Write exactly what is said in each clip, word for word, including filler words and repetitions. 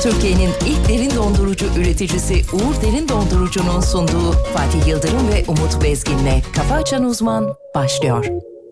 Türkiye'nin ilk derin dondurucu üreticisi Uğur Derin Dondurucu'nun sunduğu Fatih Yıldırım ve Umut Bezgin'le Kafa Açan Uzman başlıyor.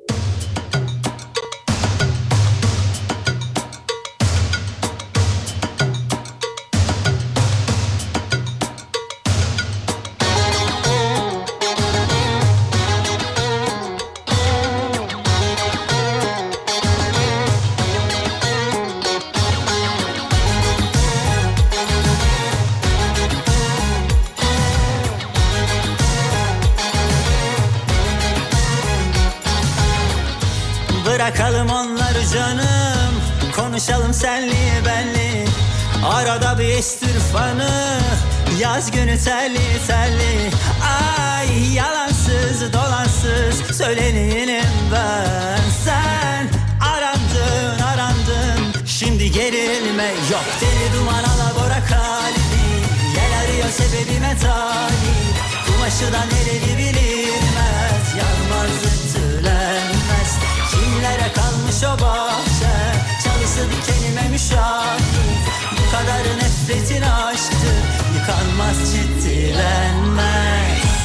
Bırakalım onları canım, konuşalım senli benli. Arada bir estir fanı, yaz günü telli telli. Ay yalansız dolansız söyleneyim ben. Sen arandın arandın, şimdi gerilme yok. Deli duman alabora kalbi, yel arıyor sebebime talip. Kumaşı da nereli bilinmez, yanmaz ütülenmez. Kimlere kalmış o bahçe, çalısı dikenime müşahit. Bu kadar nefretin aşktır, yıkanmaz ciddilenmez.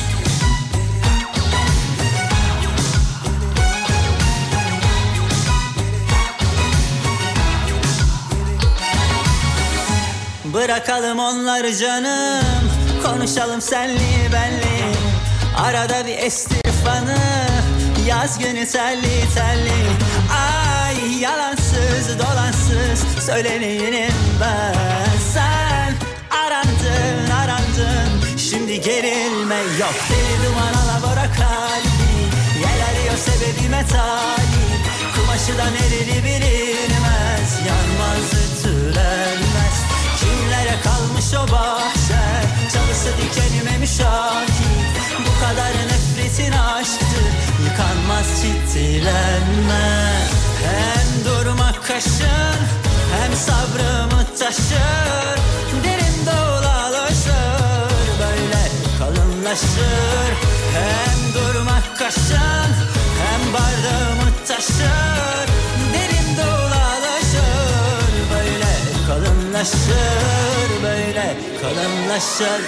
Bırakalım onları canım, konuşalım senli benli. Arada bir estir fanı, yaz günü telli telli. Ay yalansız dolansız söyleneyim ben. Sen arandın arandın, şimdi gerilme yok. Deli duman alabora kalbi, yel arıyor sebebime talip. Kumaşı da nereli bilinmez, yanmaz ütülenmez. Kimlere kalmış o bahçe, çalısı dikenime müşahit. Bu kadar nefretin aşktır, yıkanmaz ciddilenmez. Hem durmak kaşın, hem sabrımı taşır. Derin dolaşır, böyle kalınlaşır. Hem durmak kaşın, hem bardağımı taşır. Derin dolaşır, böyle kalınlaşır. Böyle kalınlaşır.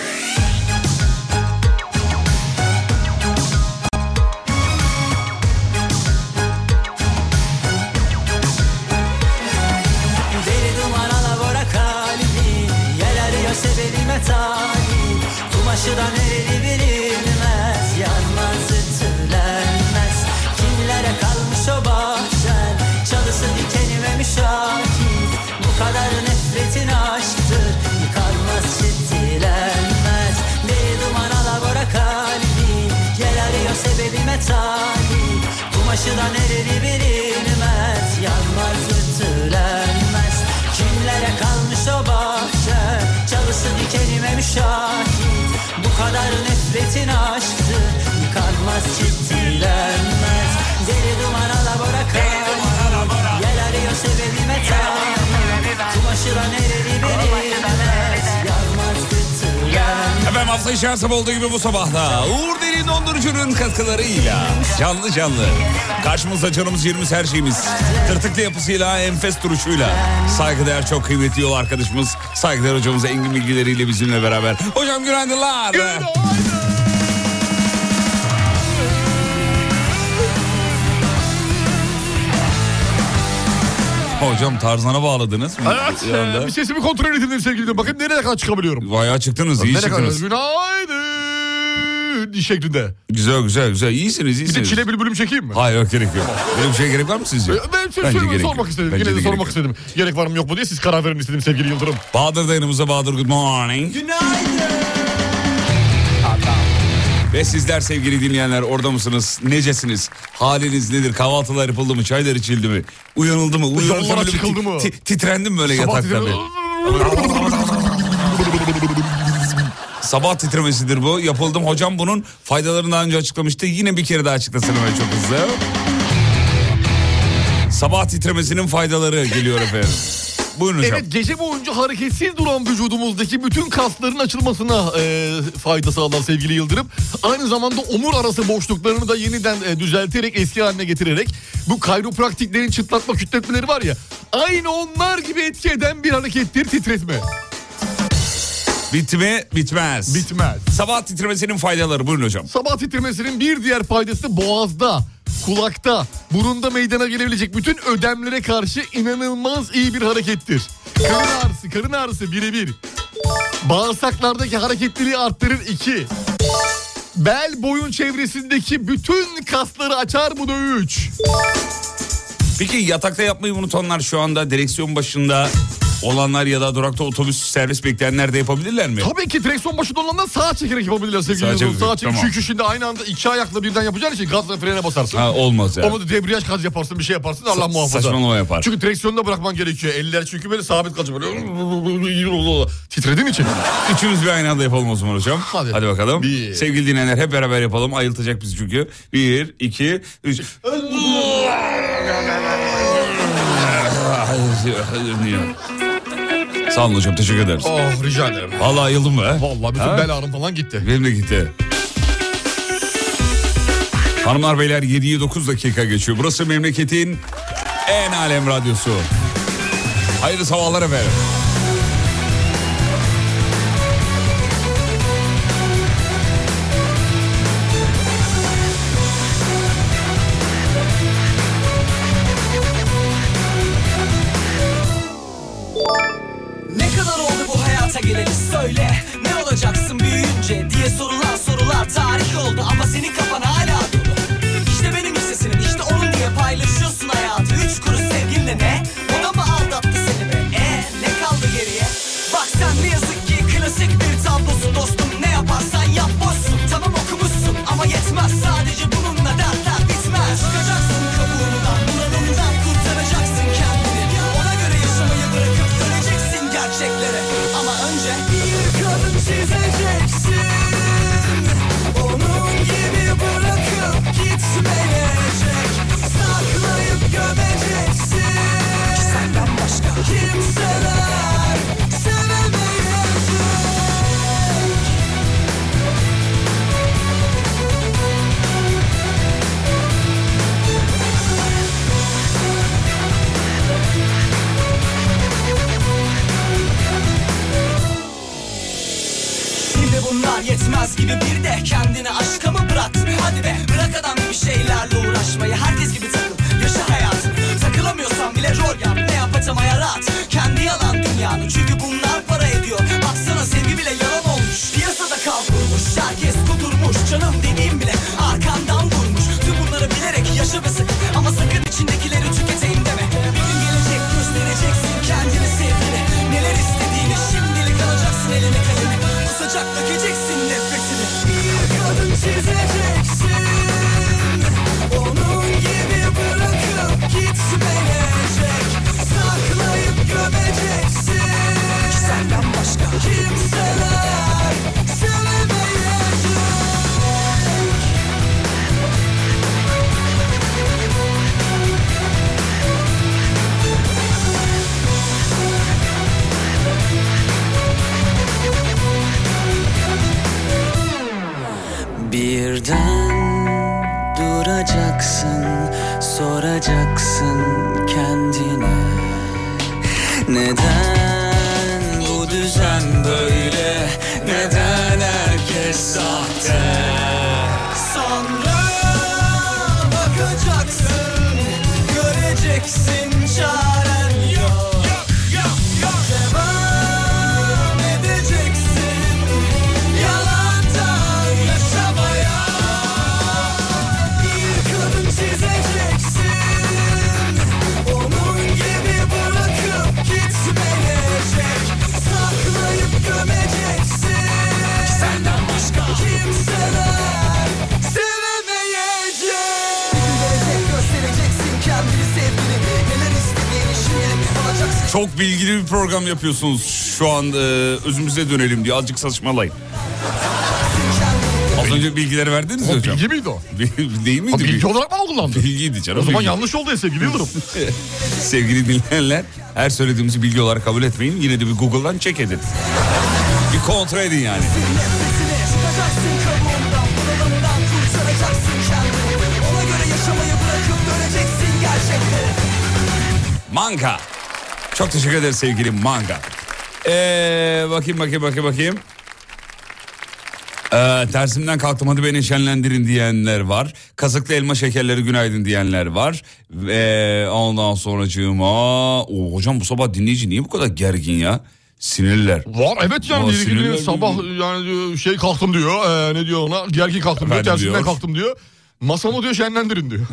Sebebime talip, kumaşı da nereli bilinmez, yanmaz ütülenmez. Kimlere kalmış o bahçen, çalısı dikenime müşahit. Bu kadar nefretin aşktır, yıkanmaz ciddilenmez. Deli duman alabora kalbi, gel arıyor sebebime talip. Kumaşı da nereli bilinmez, yanmaz ütülenmez. Kimlere kalmış o bahçe, çalısı dikenime müşahit. Bu kadar nefretin aşktır, yıkanmaz ciddilenmez. Deli duman alabora kalbi, yel arıyor sebebime talip. Kumaşı da nereli bilinmez, yanmaz ütülenmez. Efendim hafta içi her sabah olduğu gibi bu sabahda Uğur Derin Dondurucu'nun katkılarıyla canlı canlı karşımızda canımız yerimiz her şeyimiz tırtıklı yapısıyla enfes duruşuyla saygıdeğer çok kıymetli yol arkadaşımız saygıdeğer hocamız engin bilgileriyle bizimle beraber. Hocam günaydınlar. Günaydın. Hocam Tarzan'a bağladınız mı? Evet. Bir sesimi kontrol edin sevgili. Bakın nereye kadar çıkabiliyorum. Bayağı çıktınız, iyi çıktınız. Günaydın şeklinde. Güzel güzel güzel. İyisiniz iyisiniz. Bir de çile bülbülüm çekeyim mi? Hayır yok, gerek yok. Böyle bir şeye gerek var mı sizce? Ben Bence sormak yok. istedim. Bence Yine de, de sormak yok. istedim. Gerek var mı yok mu diye siz karar verin istedim sevgili Yıldırım. Bahadır da yanımızda. Bahadır good morning. Günaydın. Ve sizler sevgili dinleyenler orada mısınız? Necesiniz? Haliniz nedir? Kahvaltılar yapıldı mı? Çaylar içildi mi? Uyanıldı mı? Uyanıldı mı? Çıkıldı mı? Ti- titrendim böyle yatakta bir. Sabah titremesidir bu. Yapıldım. Hocam bunun faydalarını daha önce açıklamıştı. Yine bir kere daha açıklasın hemen çok hızlı. Sabah titremesinin faydaları geliyor efendim. Buyurun hocam. Evet, gece boyunca hareketsiz duran vücudumuzdaki bütün kasların açılmasına e, fayda sağlar sevgili Yıldırım. Aynı zamanda omur arası boşluklarını da yeniden e, düzelterek eski haline getirerek bu kayropraktiklerin çıtlatma kütletmeleri var ya, aynı onlar gibi etki eden bir harekettir titretme. Bitti mi? Bitmez. Bitmez. Sabah titremesinin faydaları, buyurun hocam. Sabah titremesinin bir diğer faydası boğazda, kulakta, burunda meydana gelebilecek bütün ödemlere karşı inanılmaz iyi bir harekettir. Karın ağrısı, karın ağrısı birebir. Bağırsaklardaki hareketliliği arttırır iki. Bel boyun çevresindeki bütün kasları açar, bu da üç. Peki yatakta yapmayı unutanlar, şu anda direksiyon başında olanlar ya da durakta otobüs servis bekleyenler de yapabilirler mi? Tabii ki direksiyon başında olanlar sağa çekerek yapabilirler sevgili Sağa Yıldırım. Sağa çekerek, çekerek. tamam. Çünkü şimdi aynı anda iki ayakla birden yapacağın için gaz ve frene basarsın. Ha, olmaz yani. Ama da debriyaj gaz yaparsın, bir şey yaparsın, Allah Sa- muhafaza. saçmalama yapar. Çünkü direksiyonu da bırakman gerekiyor. Eller çünkü böyle sabit kalacak. Böyle titrediğin için. Üçümüz bir aynı anda yapalım o zaman hocam. Hadi. Hadi bakalım. Bir. Sevgili dinleyenler, hep beraber yapalım. Ayıltacak bizi çünkü. Bir, iki, üç. Sağ olun hocam, teşekkür ederiz. Oh, rica ederim. Vallahi ayıldım be. Vallahi bütün Ha? bel ağrım falan gitti. Benim de gitti. Hanımlar beyler, yediye dokuz dakika geçiyor. Burası memleketin en alem radyosu. Hayırlı sabahlar efendim. Ne kadar oldu bu hayata geleli söyle. Ne olacaksın büyüyünce diye sorulan sorular tarih oldu. Ama senin kafan hala dolu. İşte benim hissesinin, işte onun diye paylaşıyorsun hayatı. Üç kuruş sevginle ne? O da mı aldattı seni be? Eee ne kaldı geriye? Bak sen ne yazık ki klasik bir tablosun dostum. Ne yaparsan yap boşsun. Tamam okumuşsun ama yetmez. Sadece bununla dertler bitmez. Çıkacaksın kabuğundan, bunalımdan kurtaracaksın kendini. Ona göre yaşamayı bırakıp döneceksin gerçeklere. Ama önce bir kadın çizeceksin. Onun gibi bırakıp gitmeyecek. Saklayıp gömeceksin. Senden başka kimseler sevemeyecek. Şimdi bunlar yetmez gibi bir de kendini aşka mı bıraktın? Hadi be bırak adam gibi şeylerle uğraşmayı. Herkes gibi takıl, yaşa hayatını. Takılamıyorsan bile rol yap, ne yapacağım hayat. Kendi yalan dünyanı, çünkü bunlar para ediyor. Baksana sevgi bile yalan olmuş. Piyasada kavrulmuş, herkes kudurmuş. Canım dediğim bile arkandan vurmuş. Tüm bunları bilerek yaşa ve sakın. Ama sakın içindekileri tüketeyim deme. Bir gün gelecek, göstereceksin kendini sevgini. Neler istediğini, şimdilik alacaksın eline kalemi. Kusacak, dökeceksin nefretini. Bir kadın çizeceksin. Onun gibi bırakıp gitmeyecek. Saklayıp gömeceksin. Senden başka kimseler sevemeyecek. Birden duracaksın, soracaksın kendine. Neden bu düzen böyle? Neden herkes sahte? Sonra bakacaksın, göreceksin çaren yok. Devam edeceksin yalandan yaşamaya. Bir kadın çizeceksin. Onun gibi bırakıp gitmeyecek. Saklayıp gömeceksin. Senden başka kimseler sevemeyecek. Bir gün gelecek, göstereceksin kendini sevgini. Neler istediğini şimdi alacaksın. Çok bilgili bir program yapıyorsunuz şu an, e, özümüze dönelim diye azıcık saçmalayın. Az önce bilgileri verdiniz mi O hocam? bilgi miydi o? Değil miydi? Ha, bilgi olarak mı kullandı? Bilgiydi canım. O zaman bilgi. yanlış oldu ya sevgili Yıldırım. Sevgili dinleyenler, her söylediğimizi bilgi olarak kabul etmeyin. Yine de bir Google'dan check edin. Bir kontrol edin yani. Nefesine çıkacaksın kabuğundan, bunalımdan kurtaracaksın kendini. Ona göre yaşamayı bırakıp döneceksin gerçeklere. Manga. Çok teşekkür ederiz sevgili Manga. Ee, bakayım bakayım bakayım bakayım. Ee, tersimden kalktım hadi beni şenlendirin diyenler var. Kasıklı elma şekerleri günaydın diyenler var. Ee, ondan sonracığıma... Oo, hocam bu sabah dinleyici niye bu kadar gergin ya? Sinirliler. Var evet yani Var, ilgili sinirler sabah gibi. yani şey kalktım diyor. Ee, ne diyor ona? Gergin kalktım Efendim diyor. Tersimden diyor. kalktım diyor. Masamı diyor şenlendirin diyor.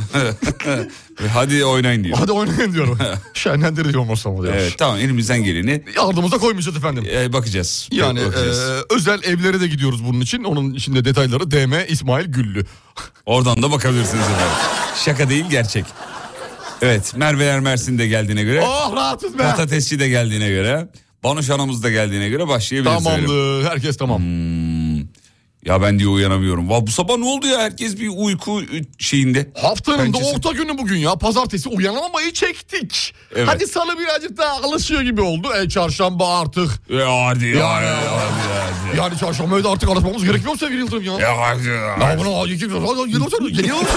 Hadi oynayın diyor. Hadi oynayın diyor. Şenlendirin diyor masamı diyor. Evet tamam elimizden geleni Yardımımıza koymuşuz efendim. e, bakacağız. Yani bakacağız. e, özel evlere de gidiyoruz bunun için. Onun içinde detayları D M İsmail Güllü. Oradan da bakabilirsiniz efendim. Şaka değil gerçek. Evet Merveler Mersin de geldiğine göre. Oh rahatız be. Patatesçi de geldiğine göre. Banuş Hanımız da geldiğine göre başlayabiliriz. Tamamdır. Herkes tamam. Hmm. Ya ben diye uyanamıyorum. Va bu sabah ne oldu ya? Herkes bir uyku şeyinde. Haftanın da Pençesi. orta günü bugün ya. Pazartesi uyanamamayı çektik. Evet. Hadi salı birazcık daha alışıyor gibi oldu. E çarşamba artık. Ya hadi ya. Yani, ya, hadi, hadi. yani çarşambaya da artık alışmamız gerekmiyor mu sevgili Yıldırım ya? Ya hadi ya. Ya bunu iki gün yeni olsun. Yeni olsun.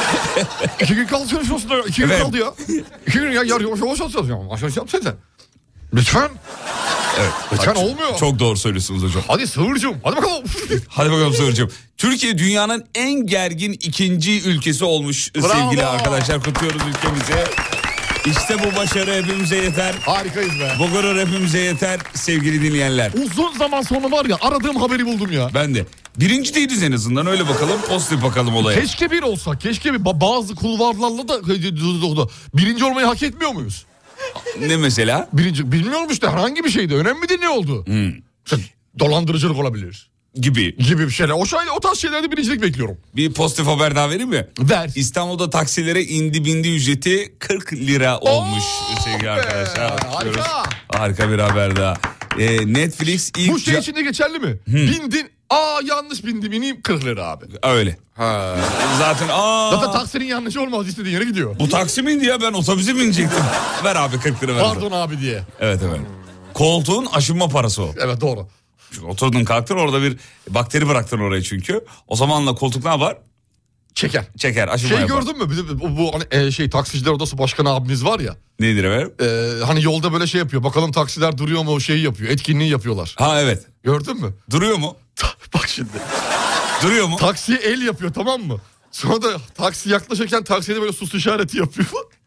İki gün kaldı senin şurasında. İki gün Evet. kaldı ya. İki gün ya. Yavaş yavaş yavaş yavaş. Aşağı yap sen. Lütfen. Evet. Lütfen Bak, olmuyor. Çok doğru söylüyorsunuz hocam. Hadi Sığırcığım. Hadi bakalım. Hadi bakalım Sığırcığım. Türkiye dünyanın en gergin ikinci ülkesi olmuş Bravo. sevgili arkadaşlar. Kutluyoruz ülkemizi. İşte bu başarı hepimize yeter. Harikayız be. Bu gurur hepimize yeter sevgili dinleyenler. Uzun zaman sonra var ya aradığım haberi buldum ya. Ben de. Birinci değiliz en azından öyle bakalım. Pozitif bakalım olaya. Keşke bir olsa. Keşke bir. Ba- Bazı kulvarlarla da birinci olmayı hak etmiyor muyuz? Ne mesela? Birinci bilmiyorum işte herhangi bir şeydi. Önemli değil ne oldu? Hmm. İşte dolandırıcılık olabilir. Gibi. Gibi bir şeyler. O, şey, o tarz şeylerde birincilik bekliyorum. Bir pozitif haber daha vereyim mi? Ver. İstanbul'da taksilere indi bindi ücreti kırk lira olmuş Oo, sevgili be, arkadaşlar. harika. Harika bir haber daha. Ee, Netflix ilk... Bu şey ca- içinde geçerli mi? Bindin. Aa yanlış bindim ineyim kırk lira abi. Öyle. Ha. Zaten aa Zaten taksinin yanlışı olmaz istediğin yere gidiyor. bu taksi miydi ya ben otobüse binecektim. Ver abi kırk lira ver. Pardon abi diye. Evet efendim. Koltuğun aşınma parası o. Evet doğru. Çünkü oturdun kalktın orada bir bakteri bıraktın oraya çünkü. O zamanla koltuk ne yapar? Çeker. Çeker aşınma Şey yapar. gördün mü? Bizim bu, bu hani e, şey taksiciler odası başkanı abimiz var ya. Nedir efendim? E, hani yolda böyle şey yapıyor. Bakalım taksiler duruyor mu o şeyi yapıyor. Etkinliği yapıyorlar. Ha evet. Gördün mü? Duruyor mu? Bak şimdi. Duruyor mu? Taksiye el yapıyor tamam mı? Sonra da taksi yaklaşırken taksiye böyle sus işareti yapıyor.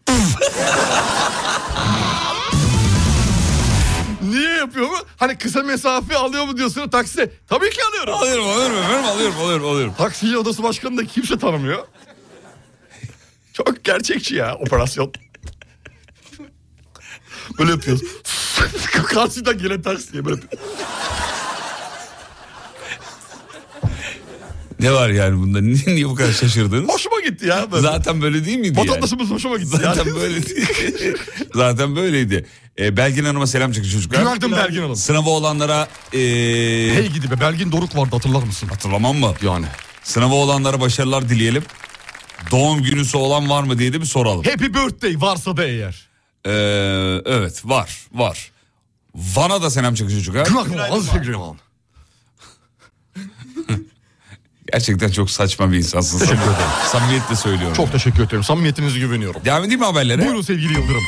Niye yapıyor mu? Hani kısa mesafe alıyor mu diyorsun taksi? Tabii ki alıyorum. Alıyorum alıyorum efendim alıyorum alıyorum alıyorum. Taksici odası başkanını da kimse tanımıyor. Çok gerçekçi ya operasyon. Böyle yapıyoruz. Karşıdan gelen taksiye böyle yapıyoruz. Ne var yani bunda? Niye, niye bu kadar şaşırdınız? Hoşuma gitti ya. Böyle. Zaten böyle değil miydi yani? Vatandaşımız hoşuma gitti. Zaten yani. böyle Zaten böyleydi. Ee, Belgin Hanım'a selam çakın çocuklar. Günaydın Belgin Hanım. Sınavı olanlara ee, Hey gidi be Belgin Doruk vardı hatırlar mısın? hatırlamam mı? Yani. Sınavı olanlara başarılar dileyelim. Doğum günüsü olan var mı diye de bir soralım. Happy birthday varsa da eğer. Ee, evet var var. Van'a da selam çakın çocuklar. Günaydın. Az sevgili Yaman. Gerçekten çok saçma bir insansın. Teşekkür ederim. Samimiyetle söylüyorum. Çok teşekkür ederim. Samimiyetinize güveniyorum. Devam edeyim mi haberlere? Buyurun sevgili Yıldırım.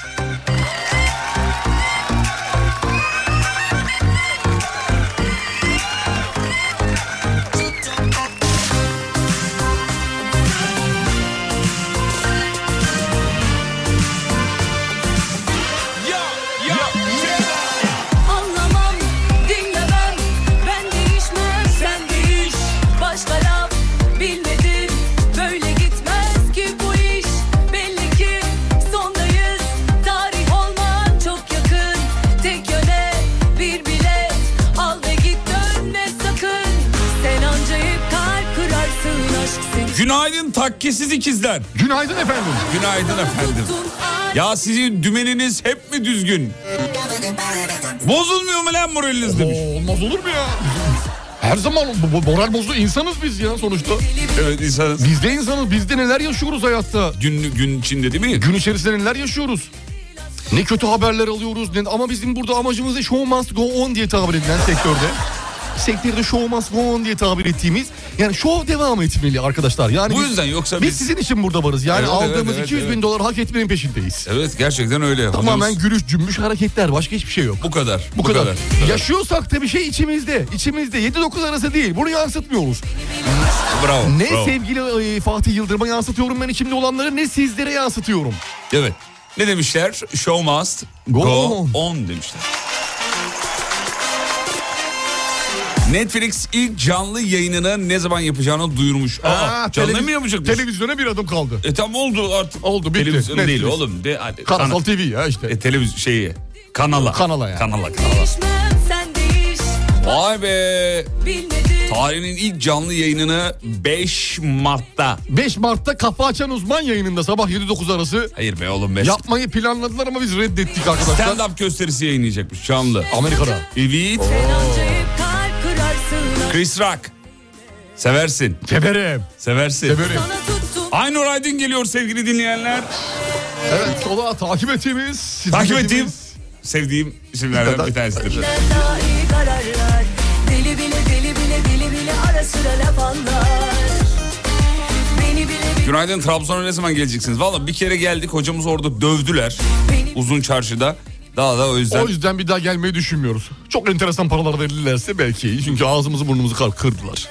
Anlamam, dinlemem, ben değişmem, sen değiş. Başka laf bilmedim, böyle gitmez ki bu iş. Belli ki sondayız, tarih olmak çok yakın. Tek yöne bir bilet, al ve git dönme sakın. Sen anca hep kalp kırarsın aşk seni. Günaydın takkesiz ikizler. Günaydın efendim. Günaydın efendim. Ya sizin dümeniniz hep mi düzgün? Bozulmuyor mu lan moraliniz demiş. Oo, olmaz olur mu ya? Her zaman bu- bu moral bozucu insanız biz ya sonuçta. Evet insanız. Biz de insanız. Biz de neler yaşıyoruz hayatta. Gün, gün içinde değil mi? Gün içerisinde neler yaşıyoruz. Ne kötü haberler alıyoruz. Ne, ama bizim burada amacımız ne? Show must go on diye tabir edilen sektörde. sektörde show must go on diye tabir ettiğimiz, yani show devam etmeli arkadaşlar. Yani Bu biz, yüzden yoksa biz biz... sizin için burada varız. Yani Evet, aldığımız evet, iki yüz evet, bin dolar hak etmenin peşindeyiz. Evet, gerçekten öyle. Tamamen Hocamız- gülüş cümbüş hareketler, başka hiçbir şey yok. Bu kadar. Bu, kadar. Yaşıyorsak da bir şey içimizde. İçimizde yedi dokuz arası değil. Bunu yansıtmıyoruz. Bravo. Ne bravo. sevgili e, Fatih Yıldırım'a yansıtıyorum ben içimde olanları, ne sizlere yansıtıyorum. Evet. Ne demişler? Show must Go go, on. on demişler. Netflix ilk canlı yayınını ne zaman yapacağını duyurmuş. Aa, Aa, canlı televiz- mı yapacakmış? Televizyona bir adım kaldı. E tam oldu artık. Oldu, bitti. Televizyon Netflix. değil oğlum. De, hadi, Karasal kana- T V ya işte. E, televizyon şeyi. Kanala. Kanala yani. Kanala. kanala. Değişmem sen değiş. Vay be. Bilmedim. Tarihinin ilk canlı yayınını beş Mart'ta. beş Mart'ta Kafa Açan Uzman yayınında sabah yedi dokuz arası Hayır be oğlum. Beş. yapmayı planladılar ama biz reddettik arkadaşlar. Stand-up gösterisi yayınlayacakmış canlı. Amerika'da. Evet. Sen anca hep kalp kırarsın. Chris Rock. Seversin. Severim. Seversin. Severim. Sana tuttum. Aynur Aydın geliyor sevgili dinleyenler. Evet, o da takip ettiğimiz. Takip dinlediğimiz- ettiğim, sevdiğim isimlerden bir tanesidir. Yine daha iyi kararlar. Deli bile deli bile deli bile ara sıra laf anlar. Beni bile bile Günaydın, Trabzon'a ne zaman geleceksiniz? Valla bir kere geldik, hocamız orada dövdüler. Uzun çarşıda. Daha da o yüzden. O yüzden bir daha gelmeyi düşünmüyoruz. Çok enteresan paralar verirlerse belki. Çünkü ağzımızı burnumuzu kır- kırdılar.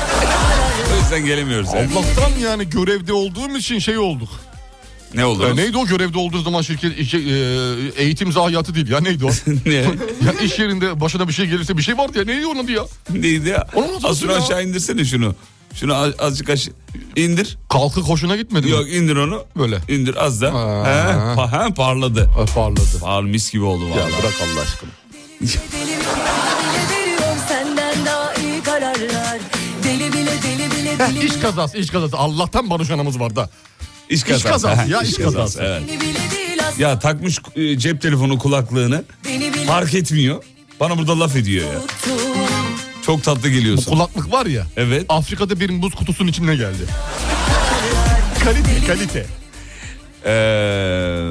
O yüzden gelemiyoruz. Yani. Allah'tan yani görevde olduğum için şey olduk. Ne oldu? E, neydi o görevde olduğu zaman şirket şey, e, eğitim zayiatı değil ya, neydi o? Ne? Ya iş yerinde başına bir şey gelirse bir şey vardı ya, neydi onun adı ya? Neydi ya? Onu unuttum Az şunu ya. aşağı indirsene şunu. Şunu az- azıcık aşağı indir. Kalkık hoşuna gitmedi mi? Yok, indir onu. Böyle. İndir az da. Aa. He, pa- he, parladı. Ha, parladı. Par mis gibi oldu Ya valla. bırak Allah aşkına. deli bile veriyorum senden daha iyi kararlar. Deli bile deli bile Heh, deli iş kazası, iş kazası. Allah'tan Barış anamız var da. İş kazası. kazası ya, He, iş kazası. Evet. bile bile değil aslında. Ya takmış e, cep telefonu kulaklığını, Beni bile fark etmiyor. Bana burada laf ediyor ya. tuttum. Çok tatlı Bu geliyorsun. kulaklık var ya. Evet. Afrika'da bir buz kutusunun içine geldi. Kalite, kalite. Ee,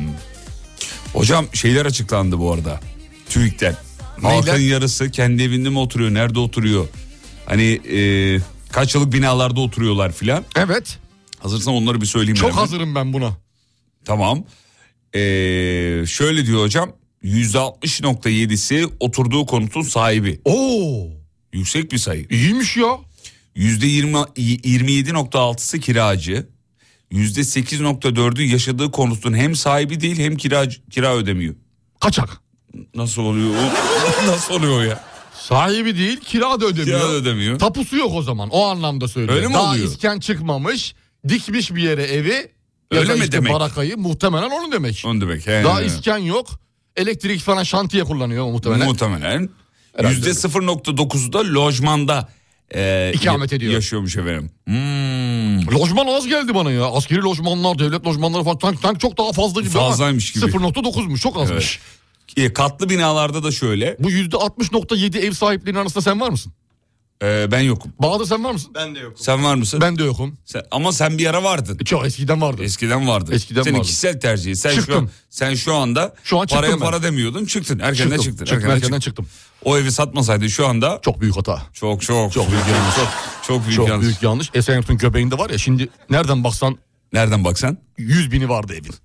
hocam şeyler açıklandı bu arada. TÜİK'ten. Halkın yarısı kendi evinde mi oturuyor? Nerede oturuyor? Hani e, kaç yıllık binalarda oturuyorlar filan. Evet. Hazırsan onları bir söyleyeyim. Çok hemen. hazırım ben buna. Tamam. Ee, şöyle diyor hocam. yüzde altmış nokta yedisi oturduğu konutun sahibi. Oo, Yüksek bir sayı. iyiymiş ya. yüzde yirmi yedi nokta altısı kiracı. yüzde sekiz nokta dördü yaşadığı konutun hem sahibi değil hem kira, kira ödemiyor. Kaçak. Nasıl oluyor o? Nasıl oluyor ya? Sahibi değil, kira da ödemiyor. Kira da ödemiyor. Tapusu yok o zaman. O anlamda söylüyorum. Öyle mi Daha oluyor? iskan çıkmamış, dikmiş bir yere evi. Ya Öyle da mi işte demek? barakayı, muhtemelen onu demek. Onu demek. He. Daha iskan yok. Elektrik falan şantiye kullanıyor muhtemelen. Muhtemelen. Herhalde yüzde öyle. sıfır nokta dokuzu da lojmanda e, İkamet ya- ediyor. yaşıyormuş efendim. Hmm. Lojman az geldi bana ya. Askeri lojmanlar, devlet lojmanları falan sanki, sanki çok daha fazla gibi Fazlaymış gibi. ama sıfır nokta dokuzmuş, çok azmış. E, katlı binalarda da şöyle. Bu yüzde altmış nokta yedi ev sahiplerinin arasında sen var mısın? E, ben yokum. Bahadır sen var mısın? Ben de yokum. Sen var mısın? Ben de yokum. Sen, ama sen bir ara vardın. Çok eskiden vardı. Eskiden vardı. Eskiden Senin vardı. kişisel tercihi. Sen Çıktım. şu sen şu anda Şu an çıktım paraya ben. para demiyordun. Çıktın. Erkenden Çıktım, çıktın. çıktım, Erkenden erkenden çıktın. çıktım. O evi satmasaydın şu anda Çok büyük hata. çok çok Çok büyük yanlış. Çok, çok büyük Çok yanlış. büyük yanlış. Esenyurt'un göbeğinde var ya, şimdi nereden baksan Nereden baksan? yüz bini vardı evin.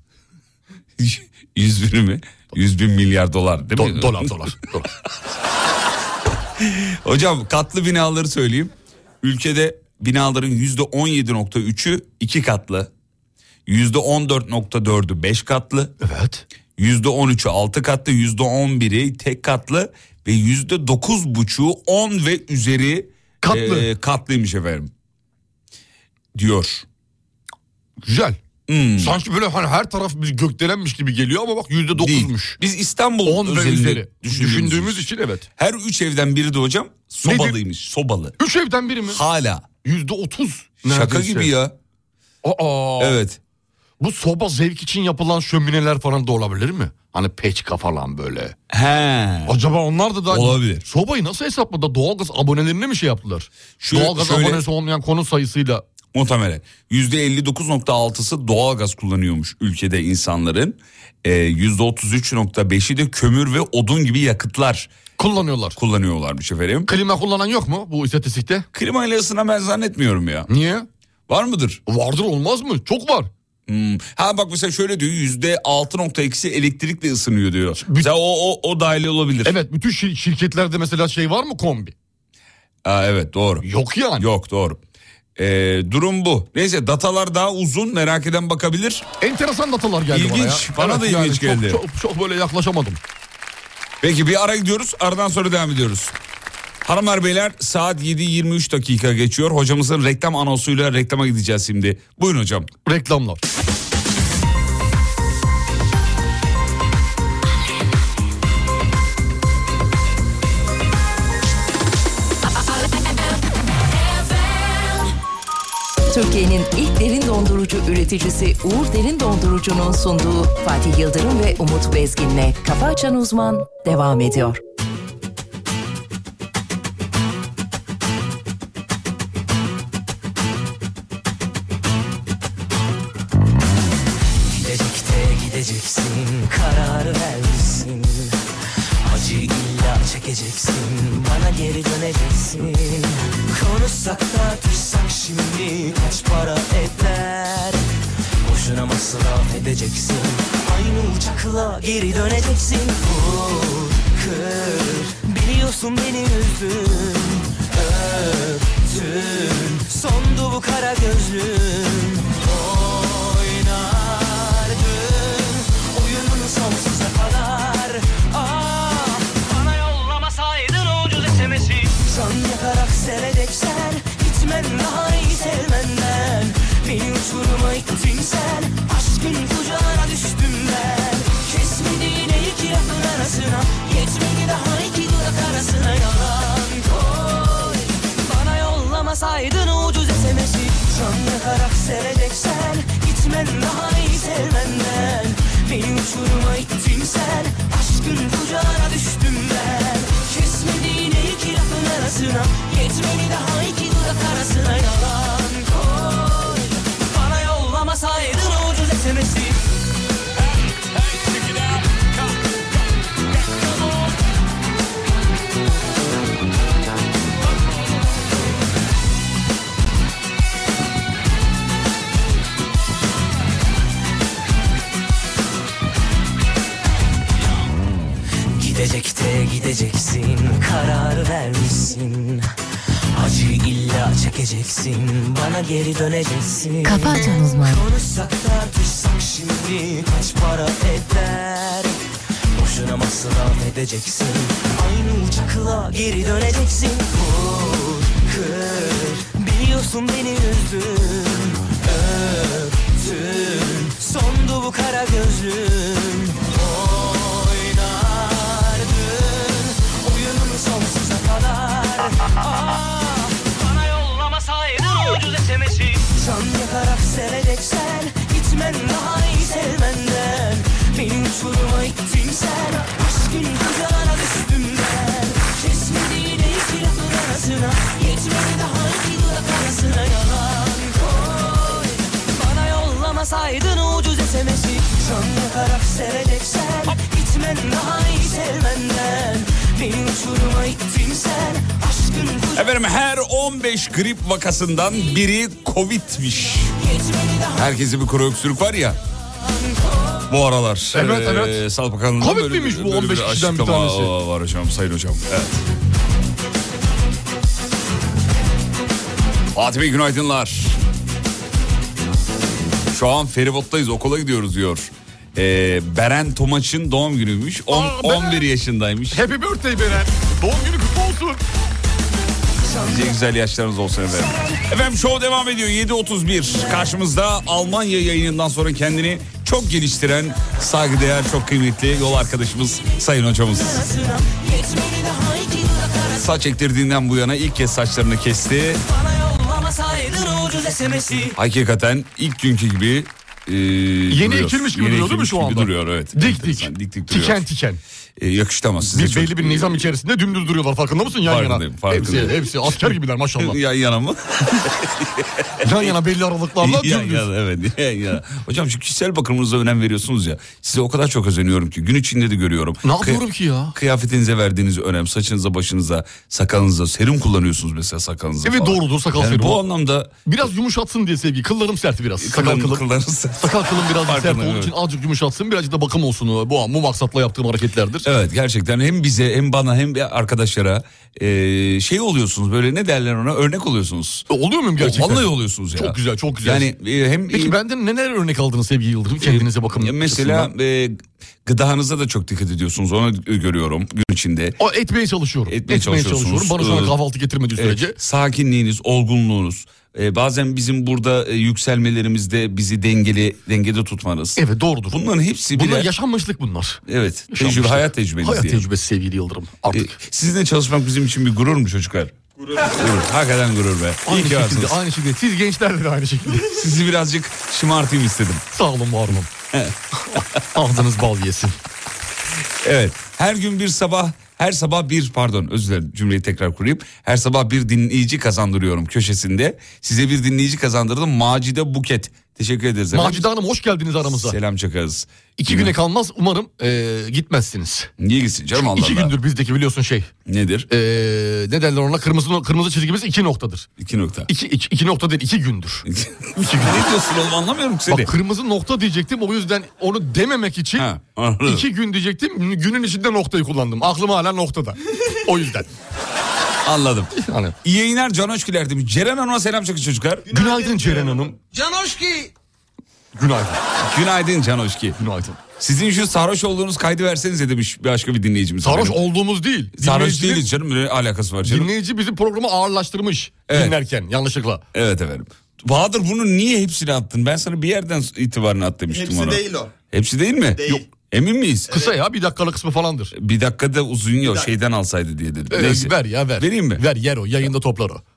Yüz bin mi? Yüz bin milyar dolar değil mi? Do- dolar dolar. dolar. Hocam katlı binaları söyleyeyim. Ülkede binaların yüzde on yedi nokta üçü iki katlı. Yüzde on dört nokta dördü beş katlı. Evet. Yüzde on üçü altı katlı. Yüzde on biri tek katlı. Ve yüzde dokuz buçuğu on ve üzeri Katlı. e, katlıymış efendim. Diyor. Güzel. Hmm. Sanki böyle hani her taraf bir gökdelenmiş gibi geliyor ama bak yüzde dokuzmuş. Biz İstanbul On ve özelinde üzeri. düşündüğümüz, Düşündüğümüz için evet. Her üç evden biri de hocam sobalıymış. Sobalı. Üç evden biri mi? Hala. Yüzde otuz. Şaka neredeyse. gibi ya. Aa. Evet. Bu soba zevk için yapılan şömineler falan da olabilir mi? Hani peçka falan böyle. He. Acaba onlar da da Olabilir. sobayı nasıl hesapladı? Doğalgaz abonelerine mi şey yaptılar? Şöyle- Doğalgaz şöyle- abonesi olmayan konut sayısıyla Muhtemelen. yüzde elli dokuz nokta altısı doğalgaz kullanıyormuş ülkede insanların. Ee, yüzde otuz üç nokta beşi de kömür ve odun gibi yakıtlar Kullanıyorlar. kullanıyorlarmış efendim. Klima kullanan yok mu bu istatistikte? Klima ile ısınan ben zannetmiyorum ya. Niye? Var mıdır? Vardır, olmaz mı? Çok var. Hmm. Ha bak mesela şöyle diyor, yüzde altı nokta ikisi elektrikle ısınıyor diyor. Mesela o, o, o dahil olabilir. Evet, bütün şir- şirketlerde mesela şey var mı, kombi? Ha, evet doğru. Yok yani. Yok doğru. Ee, durum bu. Neyse datalar daha uzun, merak eden bakabilir. Enteresan datalar geldi İlginç, bana ya. bana da ilginç çok, geldi. Çok, çok böyle yaklaşamadım. Peki bir ara gidiyoruz, aradan sonra devam ediyoruz. Hanımlar beyler, saat yedi yirmi üç dakika geçiyor. Hocamızın reklam anonsuyla reklama gideceğiz şimdi. Buyurun hocam. Reklamlar. Türkiye'nin ilk derin dondurucu üreticisi Uğur Derin Dondurucu'nun sunduğu Fatih Yıldırım ve Umut Bezgin'le Kafa Açan Uzman devam ediyor. Gidecekte gideceksin, karar vermişsin. Acı illa çekeceksin, bana geri döneceksin. Konuşsak tartışsak şimdi kaç para eder? Boşuna masraf edeceksin, aynı uçakla geri döneceksin. Vur, kır, biliyorsun beni üzdün. Öptün, sondu bu kara gözlüm. Oynardın oyununu sonsuza kadar. Ah, bana yollamasaydın o ucuz S M S'i. Can yakarak seveceksen gitmen daha iyi sevmenden. Beni uçuruma ittin sen, aşkın kucağına düştüm ben. Kesmediğine iki lafın arasına, yetmedi daha iki dudak arasına. Yalan koy, bana yollamasaydın o ucuz S M S'i. Can yakarak seveceksen gitmen daha iyi sevmenden. Beni uçuruma ittin sen, aşkın kucağına düştüm ben. Kesmediğine iki lafın arasına, yetmedi daha iki dudak arasına. Yalan koy, bana yollamasaydın o ucuz S M S'i. Gidecekte gideceksin, karar vermişsin. Acı illa çekeceksin, bana geri döneceksin. Kafa Açan Uzman. Konuşsak tartışsak şimdi kaç para eder? Boşuna masraf edeceksin, aynı uçakla geri döneceksin. Vur, kır, biliyorsun beni üzdün. Öptün, sondu bu kara gözlüm. Sonsuza kadar. Ah, bana yollamasaydın o ucuz S M S'i. Can yakarak seveceksen gitmen daha iyi sevmenden. Beni uçuruma ittin sen, aşkın kucağına düştüm ben. Kesmediğine iki lafın arasına, yetmedi daha iki dudak arasına. Yalan koy, bana yollamasaydın o ucuz S M S'i. Can yakarak seveceksen gitmen daha iyi sevmenden. Beni uçuruma ittin sen, aşkın kucağına. Efendim her on beş grip vakasından biri Covid'miş. Herkese bir kuru öksürük var ya bu aralar. Evet, ee, evet. Sağlık Bakanlığı'ndan Covid böyle, miymiş bu böyle on beş kişiden bir açıklama tanesi? var hocam, sayın hocam. Evet. Fatih Bey günaydınlar. Şu an feribottayız, okula gidiyoruz diyor. Ee, Beren Tomaç'ın doğum günüymüş. On, Aa, Beren. on bir yaşındaymış. Happy birthday Beren. Doğum günü kutlu olsun. Nice güzel yaşlarınız olsun efendim. Efendim show devam ediyor yedi otuz bir. Karşımızda Almanya yayınından sonra kendini çok geliştiren, saygıdeğer, çok kıymetli yol arkadaşımız Sayın Hocamız. Saç ektirdiğinden bu yana ilk kez saçlarını kesti. Hakikaten ilk günkü gibi e, Yeni duruyor. ekilmiş gibi Yeni duruyor değil mi ekilmiş şu gibi anda? duruyor evet. Dik Enteresan, dik. dik, dik duruyor. Tiken tiken. E, yakıştı ama size Bir çok... belli bir nizam içerisinde dümdüz duruyorlar. Farkında mısın yan Farkındayım, yana? farkındayım. Hepsi, hepsi asker gibiler maşallah. Yan yana mı? Yan yana belli aralıklarla yan dümdüz. yana, evet. Yan yana. Hocam şu kişisel bakımınıza önem veriyorsunuz ya. Size o kadar çok özeniyorum ki. Gün içinde de görüyorum. Ne yapıyorum Kıy- ki ya? Kıyafetinize verdiğiniz önem, saçınıza, başınıza, sakalınıza, serum kullanıyorsunuz mesela sakalınıza Evet, falan. doğrudur, sakal yani serumu. bu anlamda Biraz yumuşatsın diye sevgi. Kıllarım sert biraz. Sakal kıllarım, kılım. kıllarınız- Sakal kılım biraz sert Farkındayım, olduğu için evet. azıcık yumuşatsın. Birazcık da bakım olsun. Bu, bu maksatla yaptığım hareketlerdir. Evet, gerçekten hem bize hem bana hem arkadaşlara e, şey oluyorsunuz, böyle ne derler ona, örnek oluyorsunuz. E, Oluyor muyum gerçekten? Vallahi oluyorsunuz ya. Çok güzel, çok güzel. Yani e, hem Peki benden neler örnek aldınız sevgili Yıldırım? Kendinize bakın. Ya mesela e, gıdanıza da çok dikkat ediyorsunuz. Onu görüyorum gün içinde. O etmeye çalışıyorum. Etmeye çalışıyorsunuz. Bana şu an Ee, kahvaltı getirmediği sürece. Evet, sakinliğiniz, olgunluğunuz. e, bazen bizim burada e, yükselmelerimizde bizi dengeli dengede tutmanız. Evet, doğrudur. Bunların hepsi Bunlar birer, yaşanmışlık bunlar. evet, tecrübe, Yaşanmışlık. hayat tecrübeniz Hayat diye. tecrübesi sevgili Yıldırım. E, Artık. sizinle çalışmak bizim için bir gurur mu çocuklar? Gurur. Gurur. Hakikaten gurur be. Aynı İyi ki şekilde, varsınız. aynı şekilde. Siz gençlerle de aynı şekilde. Sizi birazcık şımartayım istedim. Sağ olun, var olun. Ağzınız bal yesin. Evet, her gün bir sabah, her sabah bir, pardon özür dilerim, cümleyi tekrar kurayım. Her sabah bir dinleyici kazandırıyorum köşesinde. Size bir dinleyici kazandırdım. Macide Buket. Teşekkür ederiz. efendim. Macide Hanım, hoş geldiniz aramıza. Selam çakarız. İki güne kalmaz umarım e, gitmezsiniz. Niye gitsin canım, Allah İki Allah. gündür bizdeki biliyorsun şey. Nedir? E, ne derler ona, kırmızı kırmızı çizgimiz iki noktadır. İki nokta. İki, iki, iki nokta değil, iki gündür. ne diyorsun oğlum, anlamıyorum ki seni. Bak, kırmızı nokta diyecektim, o yüzden onu dememek için Ha, anladım. iki gün diyecektim. Günün içinde noktayı kullandım. Aklım hala noktada. O yüzden. Anladım. Yani. İyi yayınlar, Can Hoşgüler demiş. Ceren Hanım'a selam çakın çocuklar. Günaydın Ceren Hanım. Canoşki. Günaydın. Günaydın Can Hoşki. Günaydın. Sizin şu sarhoş olduğunuz kaydı versenize demiş bir başka bir dinleyicimiz. Sarhoş Benim. olduğumuz değil. Sarhoş Dinleyicinin- değiliz canım, ne alakası var canım. Dinleyici bizim programı ağırlaştırmış Evet. dinlerken yanlışlıkla. Evet efendim. Bahadır bunu niye hepsini attın? Ben sana bir yerden itibaren at demiştim Hepsi ona. değil o. Hepsi değil mi? Değil. Yok. Emin miyiz? Kısa ya, bir dakikalık kısmı falandır. Bir dakikada uzun ya, şeyden alsaydı diye dedim. Ee, Neyse. ver ya ver. Vereyim mi? Ver, yer o, yayında toplar o.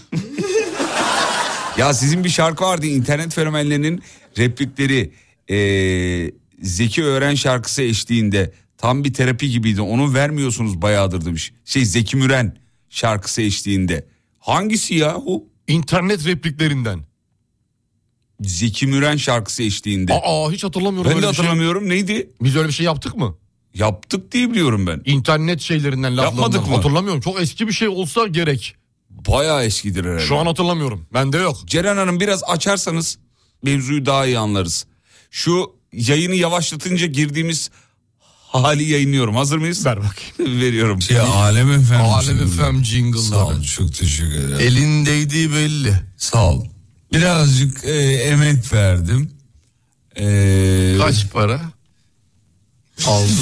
Ya sizin bir şarkı vardı, internet fenomenlerinin replikleri ee, Zeki Ören şarkısı eşliğinde tam bir terapi gibiydi. Onu vermiyorsunuz bayağıdır demiş. Şey, Zeki Müren şarkısı eşliğinde. Hangisi ya o? İnternet repliklerinden. Zeki Müren şarkısı eşliğinde. Aa, hiç hatırlamıyorum ben öyle de bir şey. hatırlamıyorum. Neydi? Biz öyle bir şey yaptık mı? Yaptık diye biliyorum ben. İnternet şeylerinden, laflarından. Yapmadık mı? Hatırlamıyorum. Çok eski bir şey olsa gerek. Bayağı eskidir herhalde. Şu an hatırlamıyorum. Bende yok. Ceren Hanım biraz açarsanız mevzuyu daha iyi anlarız. Şu yayını yavaşlatınca girdiğimiz hali yayınlıyorum. Hazır mıyız? Ver bakayım. Veriyorum. Ya Alem Efem. Alem Efem jingle'ları. Sağ ol, çok teşekkür ederim. Elindeydiği belli. Sağ ol. Birazcık e, emek verdim. E, Kaç para? Aldım.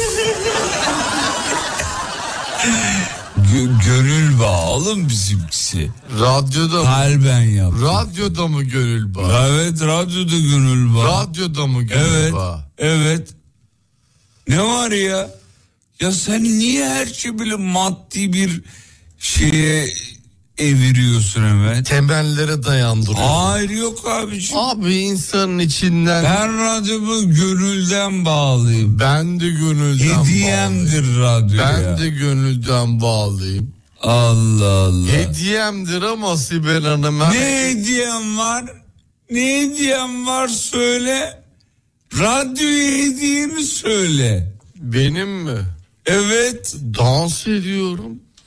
gö- gönül bağı oğlum bizimkisi. Radyoda mı? Kalben yaptım. Radyoda mı gönül bağı? Evet, radyoda gönül bağı. Radyoda mı gönül Evet, bağı? evet. Ne var ya? Ya sen niye her şeyi böyle maddi bir şeye eviriyorsun hemen? Temellere dayandırıyor. Hayır, yok abiciğim. Abi insanın içinden. Ben radyomu gönülden bağlıyım. Ben de gönülden bağlıyım. Hediyemdir radyoya. Ben de gönülden bağlıyım. Allah Allah. Hediyemdir ama Sibel Hanım. Ne hediyem var? Ne hediyem var söyle. Radyoya hediyemi söyle. Benim mi? Evet. Dans ediyorum.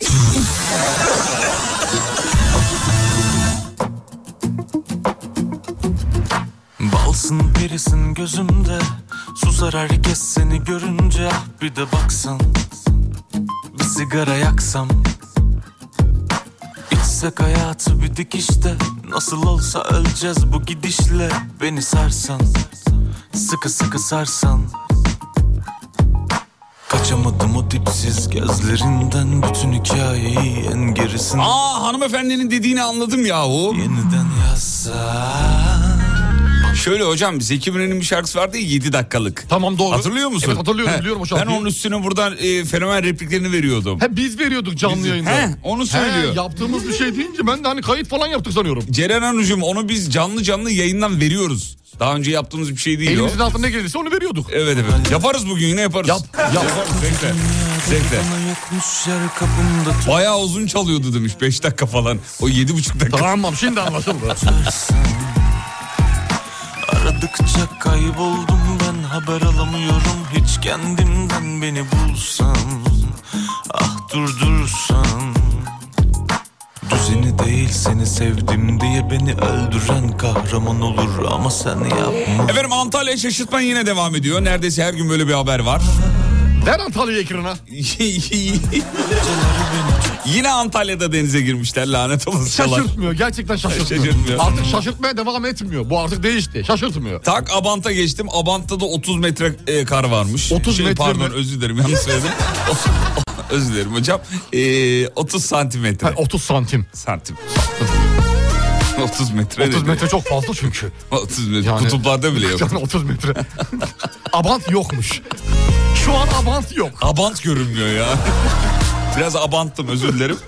Balsın perisin gözümde, susar herkes seni görünce. Ah bir de baksan, bir sigara yaksam, İçsek hayatı bir dikişte, nasıl olsa öleceğiz bu gidişle. Beni sarsan, sıkı sıkı sarsan, kaçamadım o dipsiz gözlerinden. Bütün hikayeyi en gerisinde Aa, hanımefendinin dediğini anladım yahu. yeniden yazsan. Şöyle hocam, Zeki Müren'in bir şarkısı vardı ya, yedi dakikalık. Tamam, doğru. Hatırlıyor musun? Evet, hatırlıyorum, He, biliyorum o Ben şarkıyı. onun üstüne buradan e, fenomen repliklerini veriyordum. He, biz veriyorduk canlı Biz- yayında. He, onu söylüyor. He, yaptığımız bir şey deyince ben de hani kayıt falan yaptık sanıyorum. Ceren Hanımcığım, onu biz canlı canlı yayından veriyoruz. Daha önce yaptığımız bir şey değil Elimizin o. altına ne gelirse onu veriyorduk. Evet evet. Yaparız bugün, yine yaparız. Yap, yap. Yaparız, zevkle. Zevkle. Bayağı uzun çalıyordu demiş, beş dakika falan. O yedi buçuk dakika. Tamam, şimdi anlaşıldı. Aradıkça kayboldum ben, haber alamıyorum hiç kendimden, beni bulsam, ah durdursan. Düzeni değil seni sevdim diye beni öldüren kahraman olur ama sen yapma. Efendim, Antalya şaşırtma yine devam ediyor. Neredeyse her gün böyle bir haber var. Ver Antalya'yı ekrana. Yine Antalya'da denize girmişler, lanet olasılar. Şaşırtmıyor, gerçekten şaşırtmıyor. Şaşırtmıyor. Artık şaşırtmaya devam etmiyor. Bu artık değişti, şaşırtmıyor. Tak Abant'a geçtim. Abant'ta da otuz metre e, kar varmış. otuz şey, metre pardon, mi? özür dilerim, yanlış söyledim. Özür dilerim hocam. E, otuz santimetre. Ha, otuz santim. Santim. otuz metre. otuz dedi. metre çok fazla çünkü. otuz metre. Yani- Kutuplarda bile yok. Yani otuz metre. Abant yokmuş. Şu an Abant yok. Abant görünmüyor ya. Biraz abanttım, özür dilerim.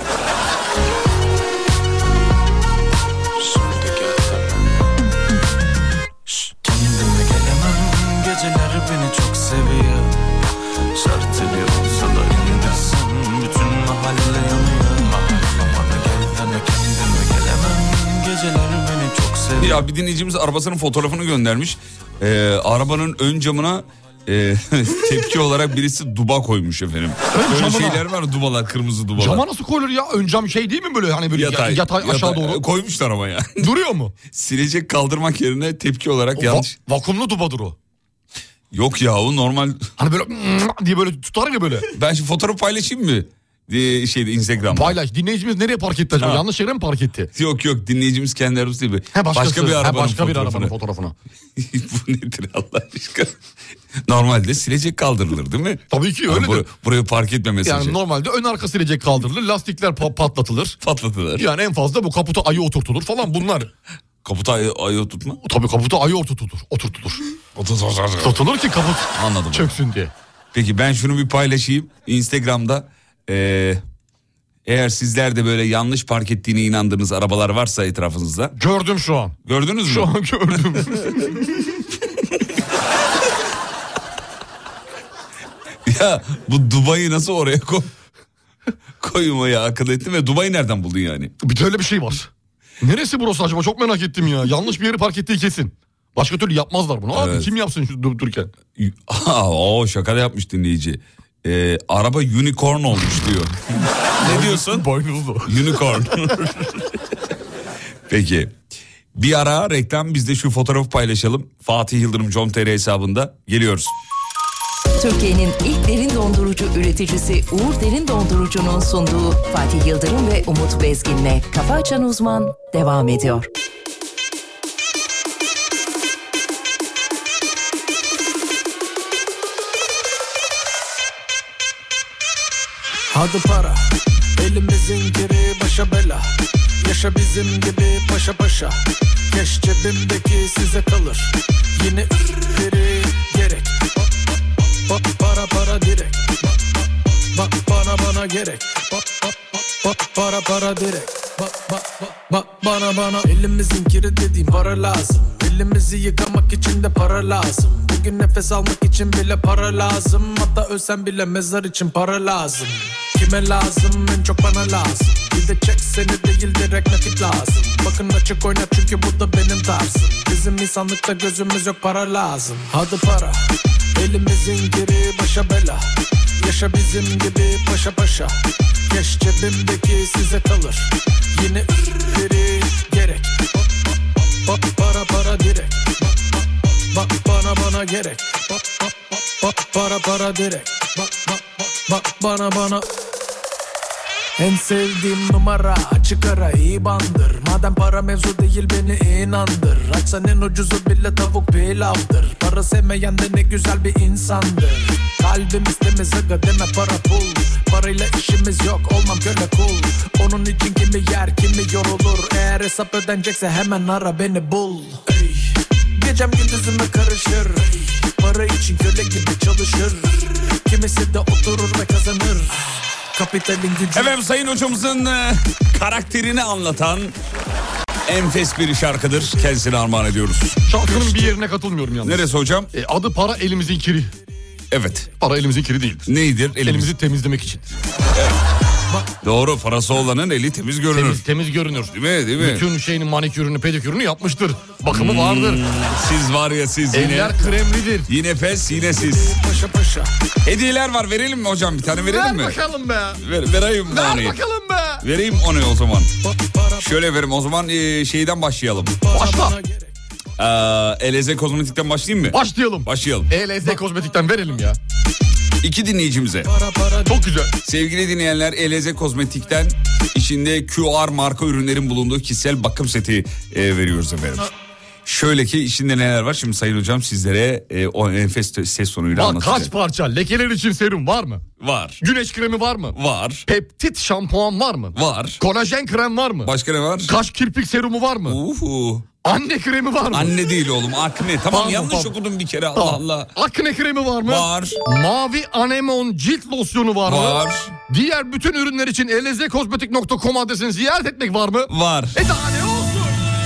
Kendime gelemem, geceler beni çok seviyor. Şarteli olsa da indirsin, bütün mahalle yanıyor. Bana gel deme, kendime gelemem, geceler beni çok seviyor. Ya bir dinleyicimiz arabasının fotoğrafını göndermiş. Ee, arabanın ön camına e, tepki olarak birisi duba koymuş efendim. Böyle camına. şeyler var, dubalar, kırmızı dubalar. Cama nasıl koyulur ya? Ön cam şey değil mi böyle, hani böyle yatay, yatay aşağı yatay- doğru? Koymuşlar ama ya. Duruyor mu? Silecek kaldırmak yerine tepki olarak Va- yanlış. vakumlu dubadır o. Yok yahu, normal. Hani böyle diye böyle tutar ya böyle. Ben şimdi fotoğrafı paylaşayım mı? Diye şeyde, Instagram'da. Paylaş. Dinleyicimiz nereye park etti acaba? Ha. Yanlış yere mi park etti? Yok yok, dinleyicimiz kendi arabası değil mi? He, başkası. Başka bir arabanın He, başka bir fotoğrafını. arabanın fotoğrafını. Bu nedir Allah aşkına? Normalde silecek kaldırılır değil mi? Tabii ki Ama öyle bur- de. buraya park etme mesajı. Yani normalde ön arka silecek kaldırılır, lastikler pa- patlatılır. Patlatılır. Yani en fazla bu kaputa ayı oturtulur falan bunlar. Kaputa ayı, ayı tutma. Tabii kaputa ayı oturtulur. Oturtulur. Tutulur ki kaput Anladım. çöksün diye. Peki ben şunu bir paylaşayım. Instagram'da ee, eğer sizler de böyle yanlış park ettiğine inandığınız arabalar varsa etrafınızda. Gördüm şu an. Gördünüz mü? Şu an gördüm. Ya bu Dubai'yi nasıl oraya koy? Koymayı akıl ettim ve Dubai'yi nereden buldun yani? Bir de öyle bir şey var. Neresi burası acaba? Çok merak ettim ya. Yanlış bir yeri park ettiği kesin. Başka türlü yapmazlar bunu. Abi Evet. kim yapsın şu durup dururken? Aa, o şaka da yapmış dinleyici. Ee, araba unicorn olmuş diyor. Ne diyorsun? Boynuzlu. Unicorn. Peki. Bir ara reklam, biz de şu fotoğrafı paylaşalım. Fatih Yıldırım nokta com nokta tr hesabında geliyoruz. Türkiye'nin ilk derin dondurucu üreticisi Uğur Derin Dondurucu'nun sunduğu Fatih Yıldırım ve Umut Bezgin'le Kafa Açan Uzman devam ediyor. Hadi para, elimizin geri başa bela. Yaşa bizim gibi paşa paşa. Keş cebimdeki size kalır. Yine ürleri gerek. Ba, ba, para para direkt. Ba, ba, bana bana gerek. Ba, ba, ba, ba, para para direkt. Ba, ba, ba, ba, bana bana. Elimizin kiri dediğim para lazım. Elimizi yıkamak için de para lazım. Bugün nefes almak için bile para lazım. Hatta ölsem bile mezar için para lazım. Kime lazım? En çok bana lazım. Bir de çek seni değil direkt nakit lazım. Bakın açık oyna çünkü bu da benim tarzım. Bizim insanlıkta gözümüz yok, para lazım. Hadi para, elimizin geri başa bela. Yaşa bizim gibi paşa paşa. Keş cebimdeki size kalır. Yine ürleri gerek. Ba, ba, para para direkt. Ba, ba, bana bana gerek. Ba, ba, ba, ba, para para direkt. Ba, ba, ba, ba, bana bana. En sevdiğim numara açık ara ibandır. Madem para mevzu değil beni inandır. Açsan en ucuzu bile tavuk pilavdır. Para sevmeyen de ne güzel bir insandır. Kalbimiz temiz aga deme para pul. Parayla işimiz yok, olmam köle kul. Onun için kimi yer kimi yorulur. Eğer hesap ödenecekse hemen ara beni bul. Ey, gecem gündüzüme karışır. Ey, para için köle gibi çalışır. Kimisi de oturur ve kazanır. Kapitalin gücü. Efendim, Sayın Hocamızın e, karakterini anlatan Enfes bir şarkıdır. Kendisine armağan ediyoruz. Şarkının bir yerine katılmıyorum yalnız. Neresi hocam? E, adı para elimizin kiri. Evet. Para elimizin kiri değildir. Neydir? Elimiz. Elimizi temizlemek içindir. Evet. Doğru, parası olanın eli temiz görünür. Temiz, temiz görünür. Değil mi? Değil mi? Bütün şeyini, manikürünü, pedikürünü yapmıştır. Bakımı hmm, vardır. Siz var ya siz yine. Eller kremlidir. Yine pes, yine siz. Paşa paşa. Hediyeler var, verelim mi hocam? Bir tane verelim Ver mi? Ver bakalım be. Ver, vereyim Ver onu. bakalım be. Vereyim onu o zaman. Şöyle verim o zaman e, şeyden başlayalım. Başla. Ee, E L Z Kozmetik'ten başlayayım mı? Başlayalım. Başlayalım. E L Z Kozmetik'ten verelim ya. İki dinleyicimize. Çok güzel. Sevgili dinleyenler, E L Z Kozmetik'ten içinde Q R marka ürünlerin bulunduğu kişisel bakım seti e, veriyoruz efendim. Şöyle ki içinde neler var şimdi Sayın Hocam sizlere e, o enfes ses tonuyla Bak, anlatacağım. kaç parça lekeler için serum var mı? Var. Güneş kremi var mı? Var. Peptit şampuan var mı? Var. Kolajen krem var mı? Başka ne var? Kaş kirpik serumu var mı? Uhu. Anne kremi var mı? Anne değil oğlum, akne. Tamam, Pardon, yanlış pardon. okudum bir kere, Allah Tamam. Allah. Akne kremi var mı? Var. Mavi anemon cilt losyonu var, Var. mı? Diğer bütün ürünler için elezkozmetik nokta com adresini ziyaret etmek var mı? Var. E daha ne olsun?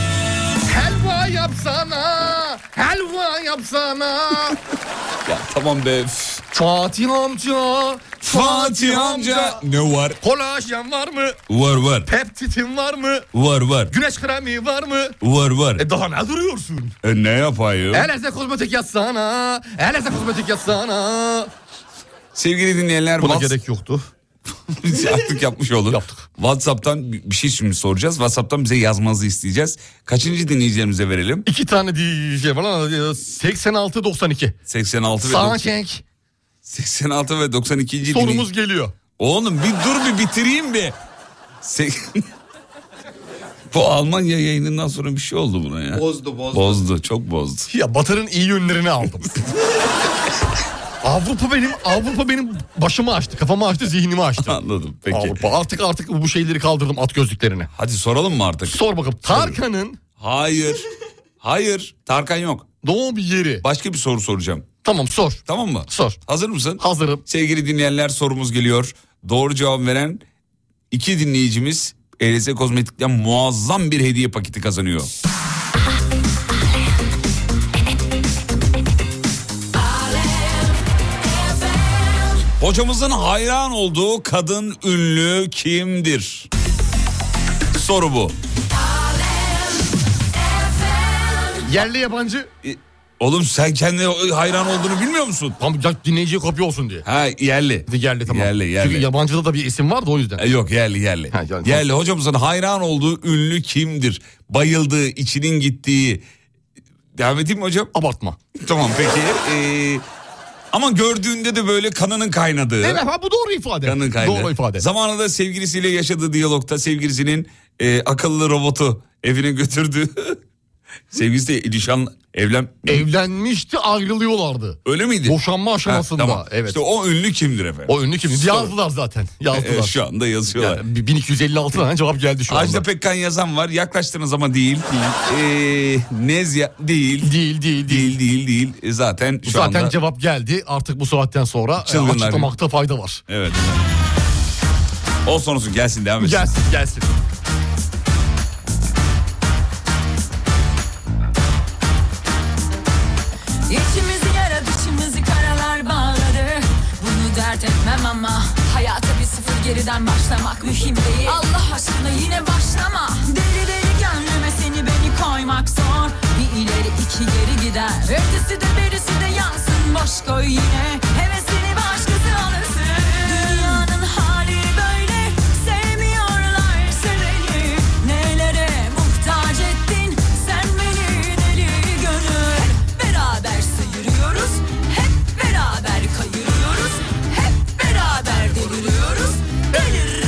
Helva yapsana, helva yapsana. Ya tamam be. Fatih amca, Fatih amca. Ne var? Kolajen var mı? Var var. Peptitin var mı? Var var. Güneş kremi var mı? Var var. E daha ne duruyorsun? E ne yapayım? Eleze kozmetik yazsana, Eleze kozmetik yazsana. Sevgili dinleyenler, Buna Whats- gerek yoktu. Biz artık yapmış olduk. Yaptık. WhatsApp'tan bir şey şimdi soracağız. WhatsApp'tan bize yazmanızı isteyeceğiz. Kaçıncı dinleyicilerimize verelim? İki tane şey var lan, seksen altı doksan iki. seksen altı ve Sağ doksan, çek. seksen altı ve doksan ikinci Sorumuz dinleyici. geliyor. Oğlum bir dur bir bitireyim bir. Sek- Bu Almanya yayınından sonra bir şey oldu buna ya. Bozdu bozdu. Bozdu, çok bozdu. Ya Batı'nın iyi yönlerini aldım. Avrupa benim Avrupa benim başımı açtı, kafamı açtı, zihnimi açtı. Anladım peki. Avrupa artık artık bu şeyleri kaldırdım, at gözlüklerini. Hadi soralım mı artık? Sor bakalım. Tarkan'ın Hayır. Hayır. Tarkan yok. doğum yeri. Başka bir soru soracağım. Tamam sor. Tamam mı? Sor. Hazır mısın? Hazırım. Sevgili dinleyenler, sorumuz geliyor. Doğru cevap veren iki dinleyicimiz E L Z Kozmetik'ten muazzam bir hediye paketi kazanıyor. Hocamızın hayran olduğu kadın ünlü kimdir? Soru bu. Yerli yabancı. E, Oğlum sen kendi hayran olduğunu bilmiyor musun? Tam dinleyiciye kopya olsun diye. Ha, yerli. Yerli tamam. Yerli, yerli. Çünkü yabancıda da bir isim vardı o yüzden. E, yok yerli yerli. Ha, yani- Yerli. Hocamızın hayran olduğu ünlü kimdir? Bayıldığı, içinin gittiği. Devam edeyim mi hocam? Abartma. Tamam peki. Ee, ama gördüğünde de böyle kanının kaynadığı. Evet ha, bu doğru ifade. Kanının kaynadığı. Doğru ifade. Zamanında sevgilisiyle yaşadığı diyalogta sevgilisinin e, akıllı robotu evine götürdüğü. Sevgilisi de nişan evlen... Evlenmişti, ayrılıyorlardı. Öyle miydi? Boşanma aşamasında. Ha, tamam. Evet. İşte o ünlü kimdir efendim? O ünlü kim? Yazdılar zaten. Yazdılar. Evet, şu anda yazıyorlar. Yani bin iki yüz elli altı tane cevap geldi şu anda. Ajda Pekkan yazan var. Yaklaştınız ama değil. Değil. Ee, Nezya değil. Değil değil değil. Değil değil değil. E, zaten şu Zaten anda... cevap geldi. Artık bu saatten sonra e, Çılgınlar. açıklamakta fayda var. Evet. Olsun olsun, gelsin, devam etsin. Gelsin gelsin. İçimizi yara dışımızı karalar bağladı. Bunu dert etmem ama hayata bir sıfır geriden başlamak mühim değil. Allah aşkına yine başlama. Deli deli gönlüme seni beni koymak zor. Bir ileri iki geri gider. Ötesi de berisi de yansın, boş koy yine. Hevesini başkası alırsın. Dünyanın hali böyle, sevmiyorlar seveni. Nelere muhtaç ettin sen beni deli gönül. Hep beraber sıyırıyoruz, hep beraber kayırıyoruz, hep beraber deliriyoruz. Delir.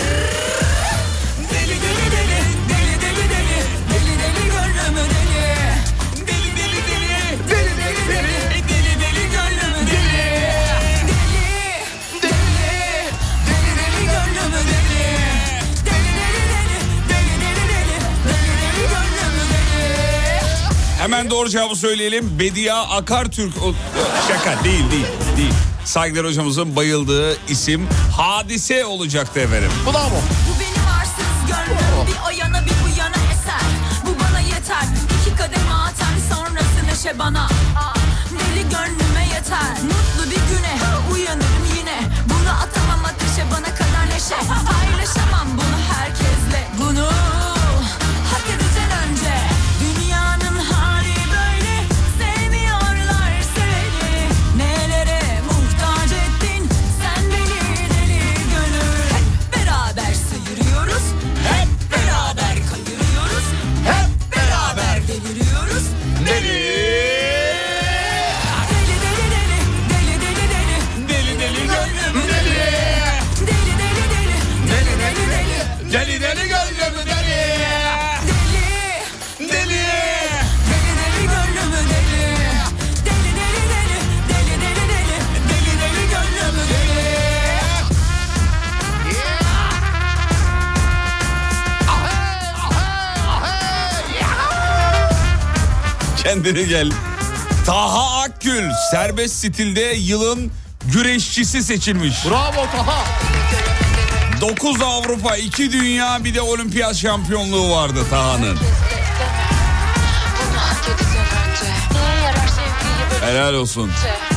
Deli deli deli, deli deli deli, deli deli gönlümü deli. Deli deli deli, deli deli deli, deli deli gönlümü deli. Deli, deli, deli deli gönlümü deli. Deli deli deli, deli deli deli, deli deli gönlümü deli. Hemen doğru cevabı söyleyelim. Bediye Akartürk. O, şaka değil değil değil. Saygılar hocamızın bayıldığı isim Hadise olacaktı efendim. Bravo. Bu benim arsız gönlüm, bir o yana bir bu yana eser. neşe bana. Deli gönlüme yeter. Mutlu bir güne uyanırım yine. Bunu atamam ateşe, bana kadar neşe. Paylaşamam bunu herkesle. Bunu hak edeceksin önce. Dünyanın hali böyle. Sevmiyorlar seni. Nelere muhtaç ettin sen beni deli gönül. Hep beraber sıyırıyoruz. Hep beraber kayırıyoruz. Hep beraber deliriyoruz. Deli. Deli deli gönlümü deli. Deli. Deli. Deli deli gönlümü deli. Deli deli deli. Deli deli deli. Deli deli gönlümü deli. Kendine gel. Taha Akgül serbest stilde yılın güreşçisi seçilmiş. Bravo Taha. dokuz Avrupa, iki dünya, bir de olimpiyat şampiyonluğu vardı Taha'nın. Helal olsun.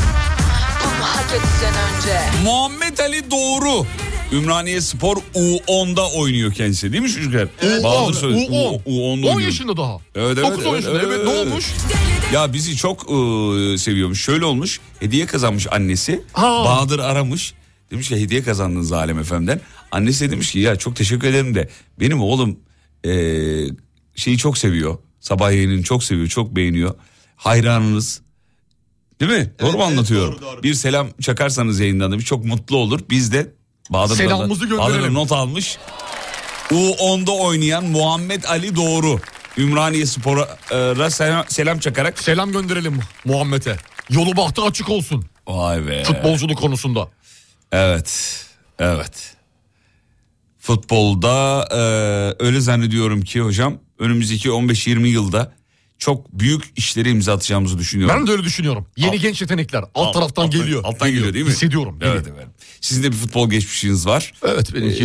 Muhammed Ali Doğru. Ümraniye Spor U onda oynuyor kendisi, değil mi çocuklar? Bahadır söyledi. U on. on yaşında daha. Evet, evet, dokuz on yaşında evet, ne olmuş? Ya bizi çok ıı, seviyormuş. Şöyle olmuş, hediye kazanmış annesi. Ha. Bahadır aramış. Demiş ki hediye kazandınız Alem Efem'den. Annesi demiş ki ya çok teşekkür ederim de benim oğlum ee, şeyi çok seviyor. Sabah yayınını çok seviyor, çok beğeniyor. Hayranınız. Değil mi? Evet, doğru mu evet, anlatıyorum? Doğru, doğru. Bir selam çakarsanız yayından demiş, çok mutlu olur. Biz de Bahadır'dan selamımızı gönderelim. not almış. U onda oynayan Muhammed Ali Doğru. Ümraniye Spor'a selam, selam çakarak. Selam gönderelim Muhammed'e. Yolu bahtı açık olsun. Vay be. Futbolculuk konusunda. Evet, evet. Futbolda e, öyle zannediyorum ki hocam önümüzdeki on beş yirmi yılda çok büyük işleri imza atacağımızı düşünüyorum. Ben de öyle düşünüyorum. Yeni alt, genç yetenekler alt, alt taraftan alttan, geliyor. Alttan geliyor değil mi? Hissediyorum. Evet, evet. Sizin de bir futbol geçmişiniz var. Evet benimki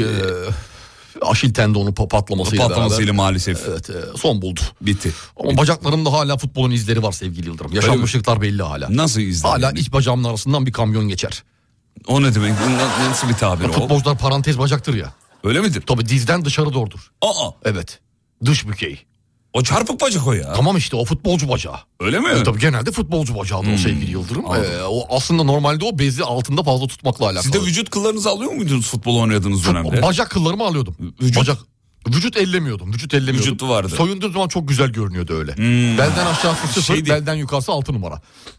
ee, Aşil tendonu patlamasıyla patlamasıyla beraber. Maalesef. Evet e, son buldu. Bitti. Ama Bitti. bacaklarımda hala futbolun izleri var sevgili Yıldırım. Yaşanmışlıklar belli hala. Nasıl izler? Hala yani? iç bacağımın arasından bir kamyon geçer. O ne demek? Nasıl bir tabir o? Futbolcular parantez bacaktır ya. Öyle midir? Tabii dizden dışarı doğrudur. Aa. Evet. Dış bükey. O çarpık bacak o ya. Tamam işte o futbolcu bacağı. Öyle mi? Evet, tabii genelde futbolcu bacağıdır hmm. o sevgili Yıldırım. Ee, o aslında normalde o bezi altında fazla tutmakla alakalı. Siz de vücut kıllarınızı alıyor muydunuz futbol oynadığınız Fut, dönemde? Bacak kıllarımı alıyordum. Vücut. Bacak Vücut ellemiyordum. Vücut ellemiyordum. Vücut vardı. Soyunduğum zaman çok güzel görünüyordu öyle. Hmm. Belden aşağısı sıfır, şey belden yukarısı altı numara.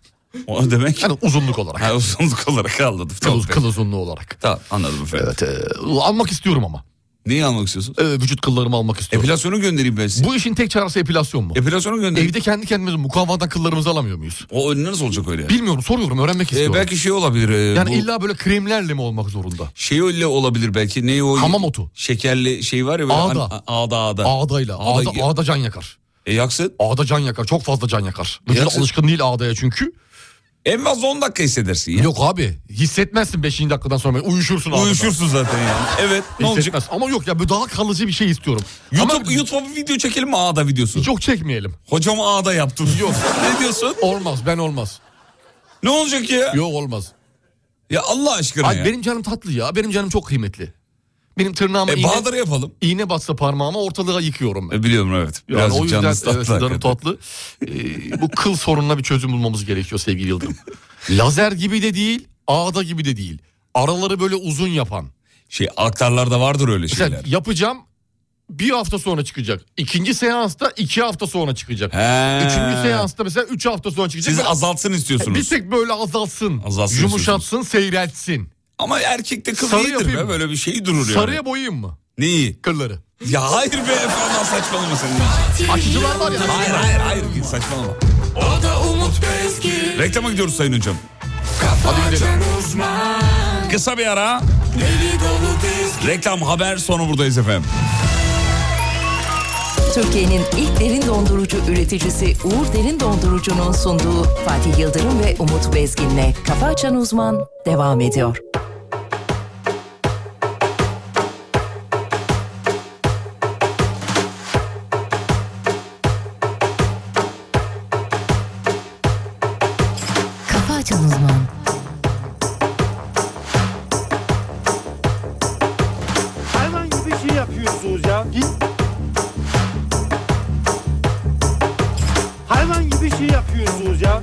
O demek? Yani uzunluk olarak. Ha, uzunluk olarak anladım. Kıl, kıl uzunluğu olarak. Tamam anladım efendim. Evet e, almak istiyorum ama. Neyi almak istiyorsun? E, vücut kıllarımı almak istiyorum. Epilasyonu göndereyim ben size. Bu işin tek çaresi epilasyon mu? Epilasyonu göndereyim. Evde kendi kendimize mukavvadan kıllarımızı alamıyor muyuz? O nasıl olacak öyle? Bilmiyorum, soruyorum, öğrenmek istiyorum. E, belki şey olabilir. E, yani bu... illa böyle kremlerle mi olmak zorunda? Şey öyle olabilir belki. Ne o? Hamam otu. Şekerli şey var ya. Böyle ağda. An, ağda ağda. Ağdayla. Ağda, ağda, ağda can yakar. E yaksın. Ağda can yakar. Çok fazla can yakar. Vücut alışkın değil ağdaya çünkü. En fazla on dakika hissedersin ya. Yok abi, hissetmezsin beşinci dakikadan sonra, uyuşursun ağdadan. Uyuşursun zaten yani. Evet, ne olacak? Ama yok ya, böyle daha kalıcı bir şey istiyorum. YouTube, Ama... YouTube'a bir video çekelim mi, ağda videosu? Yok, çekmeyelim. Hocam ağda yaptım. Yok. Ne diyorsun? Olmaz, ben olmaz. Ne olacak ya? Yok, olmaz. Ya Allah aşkına Ay, ya. Benim canım tatlı ya, benim canım çok kıymetli. Benim tırnağıma e, iğne, Bahadır'ı yapalım. İğne batsa parmağıma ortalığa yıkıyorum ben. E, biliyorum evet. Yani birazcık o yüzden canınız tatlı. Evet, canım tatlı. Ee, bu kıl sorununa bir çözüm bulmamız gerekiyor sevgili Yıldırım. Lazer gibi de değil, ağda gibi de değil. Araları böyle uzun yapan. Şey, aktarlarda vardır öyle şeyler. Mesela yapacağım, bir hafta sonra çıkacak. İkinci seansta iki hafta sonra çıkacak. He. Üçüncü seansta mesela üç hafta sonra çıkacak. Siz azaltsın istiyorsunuz. Bir tek böyle azaltsın. Azaltsın yumuşatsın, seyreltsin. Ama erkekte kıl Sarı iyidir be, böyle bir şey durur yani. Sarıya boyayayım mı? Neyi? Kılları. Ya hayır be efendim, saçmalama sen. Açıcılar var ya. Hayır hayır hayır saçmalama. O da Umut Bezgin. Reklama gidiyoruz sayın hocam. Hadi gidelim. Kısa bir ara. Reklam, haber, sonra buradayız efendim. Türkiye'nin ilk derin dondurucu üreticisi Uğur Derin Dondurucu'nun sunduğu Fatih Yıldırım ve Umut Bezgin'le Kafa Açan Uzman devam ediyor. ya. Git. Hayvan gibi şey yapıyorsunuz ya.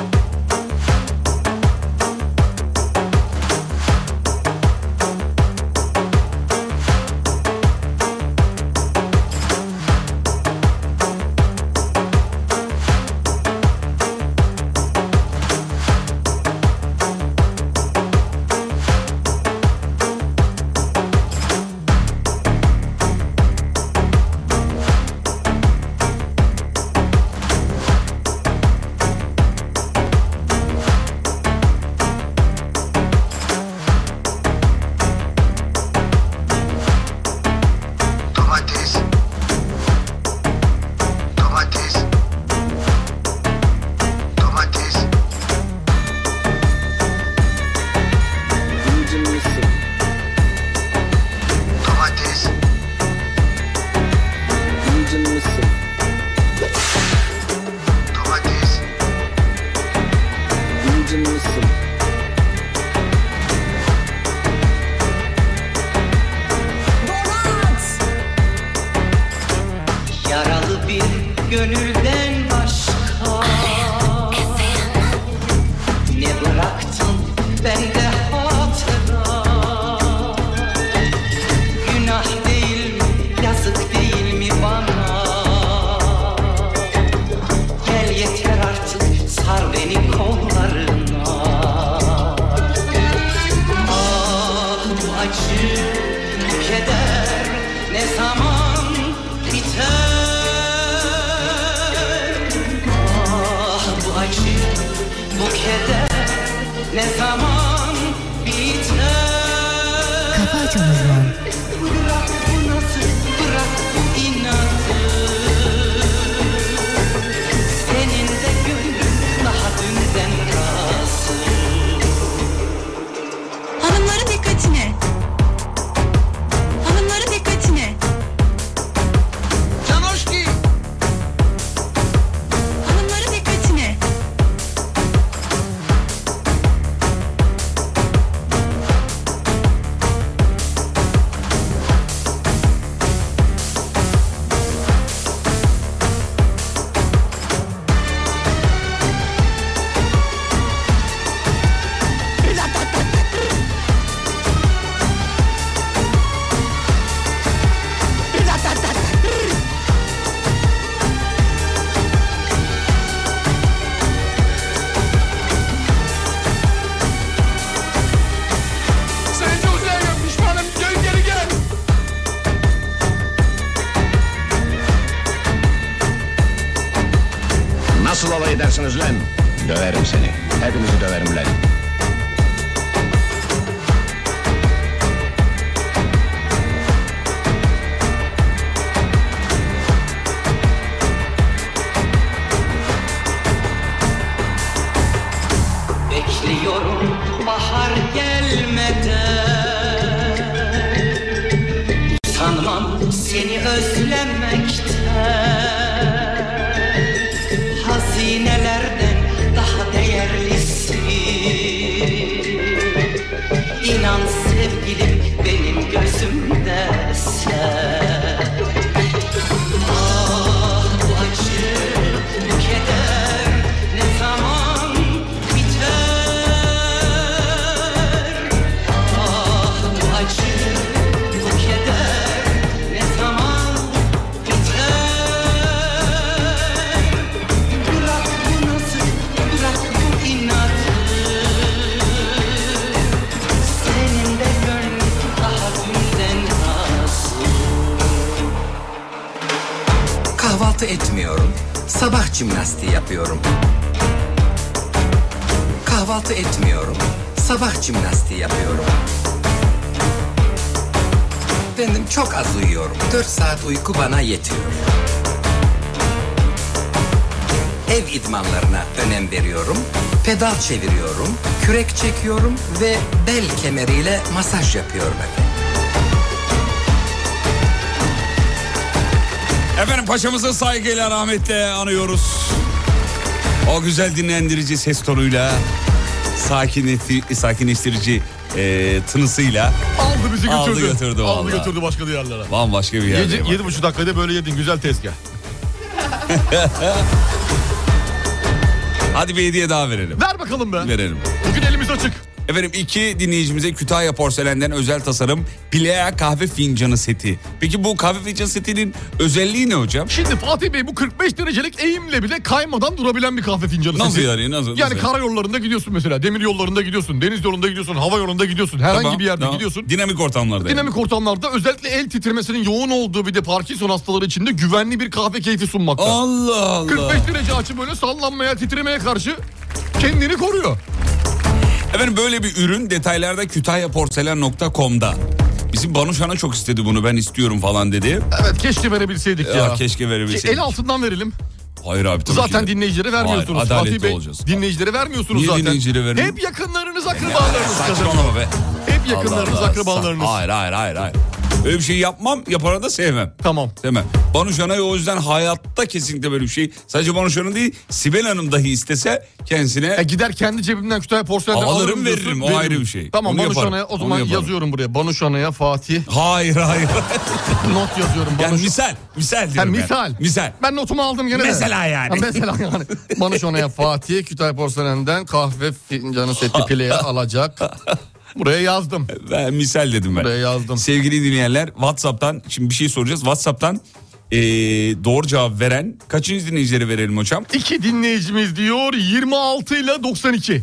Nasıl alay edersiniz lan? Döverim seni. Hepinizi döverim lan. Bekliyorum bahar gelmeden, usanmam seni özlemekten. Hazinelerden daha değerlisin. İnan sevgilim benim gözümde sen. Ah bu acı, bu keder ne zaman biter? Ah bu acı, bu keder ne zaman biter? Bırak bu nasıl, bırak bu inatı. Senin de gönlün daha dünden razı. Kahvaltı etmiyorum. Sabah jimnastiği yapıyorum. Kahvaltı etmiyorum. Sabah jimnastiği yapıyorum. Efendim çok az uyuyorum. Dört saat uyku bana yetiyor. Ev idmanlarına önem veriyorum. Pedal çeviriyorum. Kürek çekiyorum ve bel kemeriyle masaj yapıyorum efendim. Efendim paşamızı saygıyla rahmetle anıyoruz. O güzel dinlendirici ses tonuyla, sakinleştirici e, tınısıyla Aldı bizi götürdü. aldı götürdü Aldı vallahi. götürdü başka diyarlara. Bambaşka bir yerde. Yedi, yedi buçuk dakikada böyle yedin, güzel tezgah. Hadi bir hediye daha verelim. Ver bakalım be. Verelim. Bugün elimiz açık. Efendim iki dinleyicimize Kütahya Porselen'den özel tasarım Plea kahve fincanı seti. Peki bu kahve fincanı setinin özelliği ne hocam? Şimdi Fatih Bey bu kırk beş derecelik eğimle bile kaymadan durabilen bir kahve fincanı Nasıl seti. yani? Nasıl? Yani nasıl? karayollarında gidiyorsun mesela. Demir yollarında gidiyorsun. Deniz yolunda gidiyorsun. Hava yolunda gidiyorsun. Herhangi Tamam, bir yerde tamam. gidiyorsun. Dinamik ortamlarda. Dinamik yani. ortamlarda özellikle el titremesinin yoğun olduğu bir de Parkinson hastaları için de güvenli bir kahve keyfi sunmakta. Allah Allah. kırk beş derece açı böyle sallanmaya, titremeye karşı kendini koruyor. Efendim böyle bir ürün detaylarda kütahya porselen nokta com'da. Bizim Banuşan'a çok istedi bunu, ben istiyorum falan dedi. Evet, keşke verebilseydik ya. Ya keşke verebilseydik. El altından verelim. Hayır abi tabii Zaten ki de. dinleyicilere vermiyorsunuz. Hayır, Fatih adaletli Bey, olacağız. dinleyicilere vermiyorsunuz Niye zaten. dinleyicilere vermiyor? Hep yakınlarınız, akrabalarınız. Saçmalama be. Hep yakınlarınız, Allah Allah. akrabalarınız. Hayır hayır hayır hayır. Öyle bir şey yapmam, yapanı da sevmem. Tamam. Sevmem. Banuşan'a o yüzden hayatta kesinlikle böyle bir şey. Sadece Banuşan'ın değil, Sibel Hanım dahi istese kendisine... E gider kendi cebimden Kütahya Porselen'den alırım, alırım veririm. diyorsun, O veririm. ayrı bir şey. Tamam, Onu Banuşan'a yaparım. o zaman Onu yaparım. yazıyorum buraya. Banuşan'a Fatih. Hayır hayır. Not yazıyorum. Yani Banuş... misal. Misal Ha, diyorum misal. yani. Misal. Ben notumu aldım gene de. Mesela yani. Ha, mesela yani. Banuşan'a Fatih Kütahya Porselen'den kahve fincanı seti pileye alacak. Buraya yazdım. Ben misal dedim ben. Buraya yazdım. Sevgili dinleyenler, WhatsApp'tan şimdi bir şey soracağız. WhatsApp'tan ee, doğru cevap veren kaçıncı dinleyicileri verelim hocam? İki dinleyicimiz diyor yirmi altı ile doksan iki.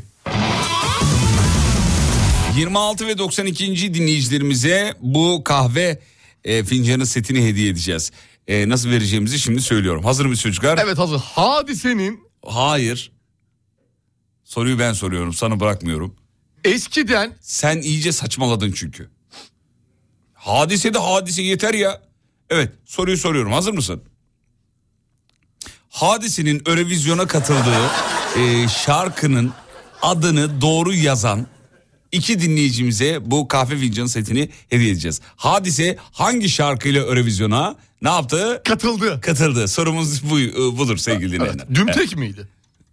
yirmi altı ve doksan ikinci dinleyicilerimize bu kahve e, fincanı setini hediye edeceğiz. E, nasıl vereceğimizi şimdi söylüyorum. Hazır mıyız çocuklar? Evet hazır. Hadise'nin... Hayır. Soruyu ben soruyorum, sana bırakmıyorum. Eskiden... Sen iyice saçmaladın çünkü. Hadise de hadise, yeter ya. Evet, soruyu soruyorum. Hazır mısın? Hadise'nin Eurovision'a katıldığı e, şarkının adını doğru yazan iki dinleyicimize bu kahve fincanı setini hediye edeceğiz. Hadise hangi şarkıyla Eurovision'a ne yaptı? Katıldı. Katıldı. Sorumuz bu, budur sevgili dinleyenler. Evet. Dümtek evet. miydi?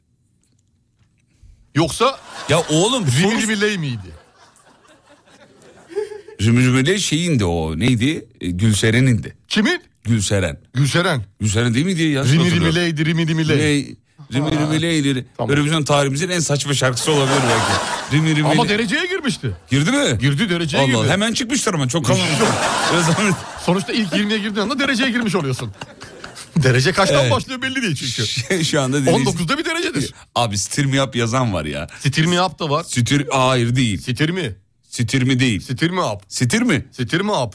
Yoksa... Ya oğlum... Rimi Rimi miydi? Rimi Rimi şeyindi o. Neydi? E, Gülseren'indi. Kimin? Gülseren. Gülseren. Gülseren değil miydi ya? Rimi Rimi Ley'di, Rimi Rimi Ley. Rimi Rimi Ley'dir. Eurovision tarihimizin en saçma şarkısı olabilir belki. Rimi Rimi Ama Ley. dereceye girmişti. Girdi mi? Girdi, dereceye Allah girdi. Allah, hemen çıkmıştır ama çok kalmamış. Sonuçta ilk yirmiye girdiğin anda dereceye girmiş oluyorsun. Derece kaçtan Evet. başlıyor belli değil çünkü. Şu anda dinleyici... on dokuzda bir derecedir. Abi Stir mi yap yazan var ya. Stir mi yap da var. Stir hayır değil. Stir mi? Stir mi değil. Stir mi yap? Stir mi? Stir mi yap?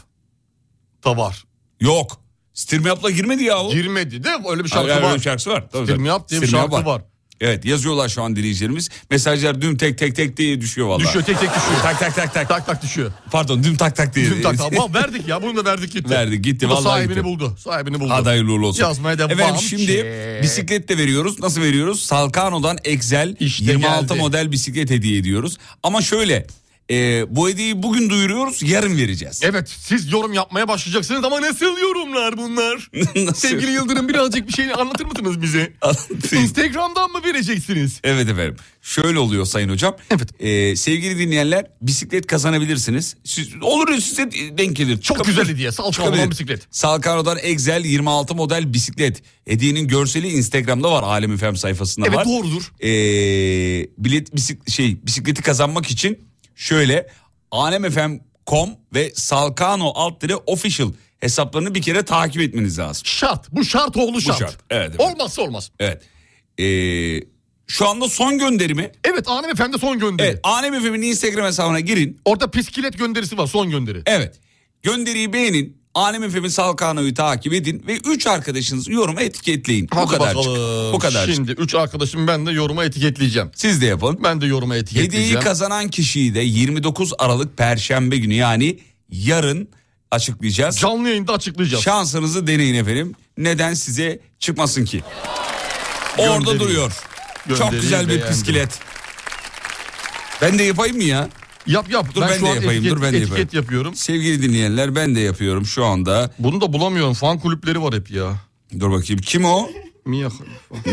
Da var. Yok. Stir mi yapla girmedi ya o. Girmedi de öyle bir şarkı Hayır, var. Öyle bir şarkısı var. Tabii, Stir tabii. mi yap diye bir Stir mi yap şarkı var. Evet, yazıyorlar şu an dinleyicilerimiz. Mesajlar düm tek tek tek diye düşüyor vallahi. Düşüyor, tek tek düşüyor. Tak tak tak tak. Tak tak düşüyor. Pardon, düm tak tak diye. Düm tak tak. Ama verdik ya, bunu da verdik gitti. Verdik gitti Bu da vallahi sahibini gitti. buldu. Sahibini buldu. Hadi hayırlı uğurlu olsun. Yazmaya devam. Efendim şimdi ki. bisiklet de veriyoruz. Nasıl veriyoruz? Salkano'dan Excel İşte yirmi altı geldi. model bisiklet hediye ediyoruz. Ama şöyle e, bu hediyeyi bugün duyuruyoruz, yarın vereceğiz. Evet, siz yorum yapmaya başlayacaksınız ama nasıl yorumlar bunlar? Nasıl? Sevgili Yıldırım, birazcık bir şey anlatır mısınız bize? Anlatayım. Instagram'dan mı vereceksiniz? Evet efendim. Şöyle oluyor sayın hocam. Evet. Ee, sevgili dinleyenler, bisiklet kazanabilirsiniz. Siz, olur ya, size denk gelir. Çok Çıkabilir. güzel hediye. Salkano'dan bisiklet. Salkano'dan Excel yirmi altı model bisiklet. Hediyenin görseli Instagram'da var. Alem F M sayfasında Evet, var. doğrudur. Ee, bilet bisik şey bisikleti kazanmak için şöyle alemfm nokta com ve Salkano alt dire official hesaplarını bir kere takip etmeniz lazım. Şart. Bu şart oğlu şart. şart, evet, evet. Olmazsa olmaz. Evet. Ee, şu anda son gönderimi. Evet, Alem Efendi son gönderi. Evet, Alem F M'in Instagram hesabına girin. Orada bisiklet gönderisi var, son gönderi. Evet. Gönderiyi beğenin. Alem F M'in Salkano'yu takip edin ve üç arkadaşınızı yoruma etiketleyin. Hadi Bu kadar. bakalım. Bu kadar. Şimdi üç arkadaşım ben de yoruma etiketleyeceğim. Siz de yapın. Ben de yoruma etiketleyeceğim. Hediyeyi kazanan kişiyi de yirmi dokuz Aralık Perşembe günü, yani yarın açıklayacağız. Canlı yayında açıklayacağız. Şansınızı deneyin efendim. Neden size çıkmasın ki? Orada Göndereyim. duruyor. Çok Göndereyim, güzel bir beğendim. bisiklet. Ben de yapayım mı ya? Yap yap. Dur ben, ben şu de an yapayım. etiket, Dur ben de etiket yapayım. yapıyorum. Sevgili dinleyenler, ben de yapıyorum şu anda. Bunu da bulamıyorum. Fan kulüpleri var hep ya. Dur bakayım. Kim o? Mia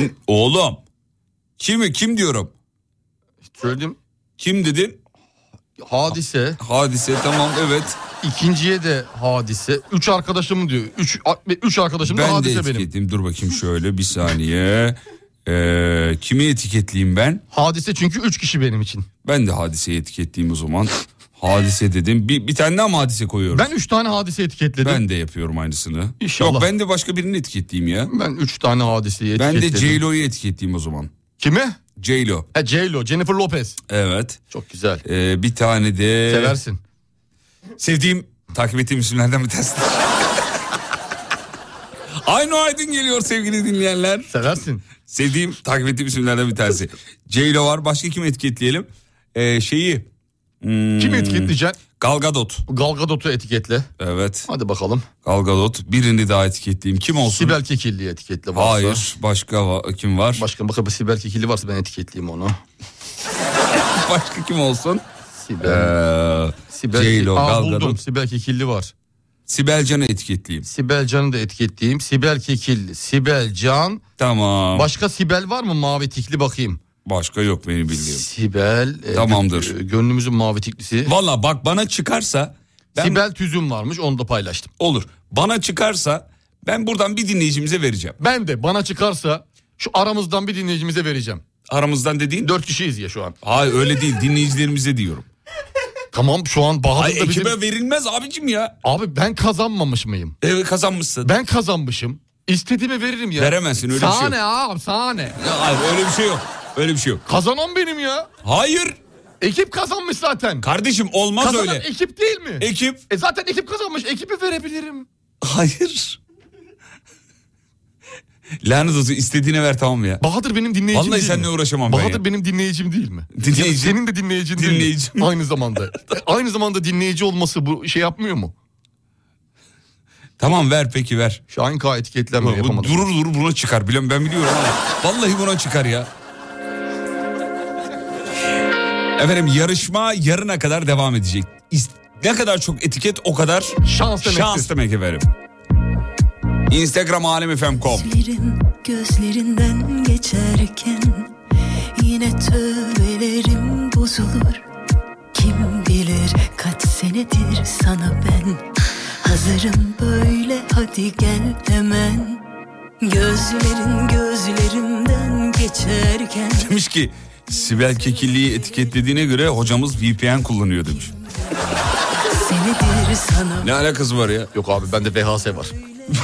Oğlum. Kim kim diyorum? Söyledim. Kim dedin? Hadise. Hadise tamam evet. İkinciye de hadise. Üç arkadaşım diyor. Üç, üç arkadaşım da Ben de hadise benim. etiketleyeyim. Dur bakayım şöyle bir saniye. Ee, kimi etiketleyeyim ben? Hadise çünkü üç kişi benim için. Ben de hadiseyi etiketleyeyim o zaman. Hadise dedim. Bir, bir tane daha mı hadise koyuyoruz? Ben üç tane hadise etiketledim. Ben de yapıyorum aynısını. İnşallah. Yok ben de başka birini etiketleyeyim ya. Ben üç tane hadiseyi Ben etiketledim. de J-Lo'yu etiketleyeyim o zaman. Kimi? J-Lo. Ha, J-Lo, Jennifer Lopez. Evet. Çok güzel. Ee, bir tane de... Seversin. Sevdiğim, takip ettiğim isimlerden bir tanesi. Aynı Aydın geliyor sevgili dinleyenler. Seversin. Sevdiğim, takip ettiğim isimlerden bir tanesi. J-Lo var. Başka kimi etiketleyelim? Ee, şeyi... Hmm, Kimi etiketleyeceksin? Gal Gadot. Gal Gadot'u etiketle. Evet. Hadi bakalım. Gal Gadot. Birini daha etiketleyeyim. Kim olsun? Sibel Kekilli'yi etiketle varsa. Hayır. Başka va- kim var? Başka bakalım Sibel Kekilli varsa ben etiketleyeyim onu. Başka kim olsun? Sibel. Ee, Sibel J-Lo, Aa, Gal buldum. Gadot. Sibel Kekilli var. Sibel Can'ı etiketleyeyim. Sibel Can'ı da etiketleyeyim. Sibel Kekilli, Sibel Can. Tamam. Başka Sibel var mı mavi tikli bakayım. Başka yok benim bildiğim. Sibel. e, Tamamdır. gö- Gönlümüzün mavi tiklisi. Valla bak bana çıkarsa... Ben... Sibel Tüzün varmış, onu da paylaştım. Olur. Bana çıkarsa ben buradan bir dinleyicimize vereceğim. Ben de bana çıkarsa şu aramızdan bir dinleyicimize vereceğim. Aramızdan dediğin? Dört kişiyiz ya şu an. Hayır öyle değil, dinleyicilerimize diyorum. Tamam şu an Bahadır Ay da bizim... ekibe verilmez abicim ya. Abi ben kazanmamış mıyım? Evet kazanmışsın. Ben kazanmışım. İstediğime veririm ya. Veremezsin, öyle bir şey yok. Sahne abi sahne. Ya, hayır öyle bir şey yok. Öyle bir şey yok. Kazanan benim ya. Hayır. Ekip kazanmış zaten. Kardeşim olmaz Kazanan öyle. ekip değil mi? Ekip. E zaten ekip kazanmış. Ekibi verebilirim. Hayır. Lanet olsun, istediğine ver tamam mı ya? Bahadır benim dinleyicim Vallahi değil mi? seninle uğraşamam ben Bahadır ya. benim dinleyicim değil mi? Dinleyicim. Ya senin de dinleyicin değil mi? Dinleyicim. Aynı zamanda. E, aynı zamanda dinleyici olması bu şey yapmıyor mu? Tamam ver peki ver. Şahin K etiketlenme Bu yapamadım. durur durur buna çıkar. Biliyorum ben biliyorum ama. Vallahi buna çıkar ya. Efendim yarışma yarına kadar devam edecek. İst- ne kadar çok etiket o kadar şans demektir. Şans demek efendim. Instagram alem f m nokta com. Gözlerin gözlerinden geçerken yine tövbelerim bozulur. Kim bilir kaç senedir sana ben hazırım böyle hadi gel hemen. Gözlerin gözlerimden geçerken. Demiş ki Sibel Kekilli'yi etiketlediğine göre hocamız V P N kullanıyor demiş. Senedir sana. Ne alakası var ya? Yok abi bende V H S var.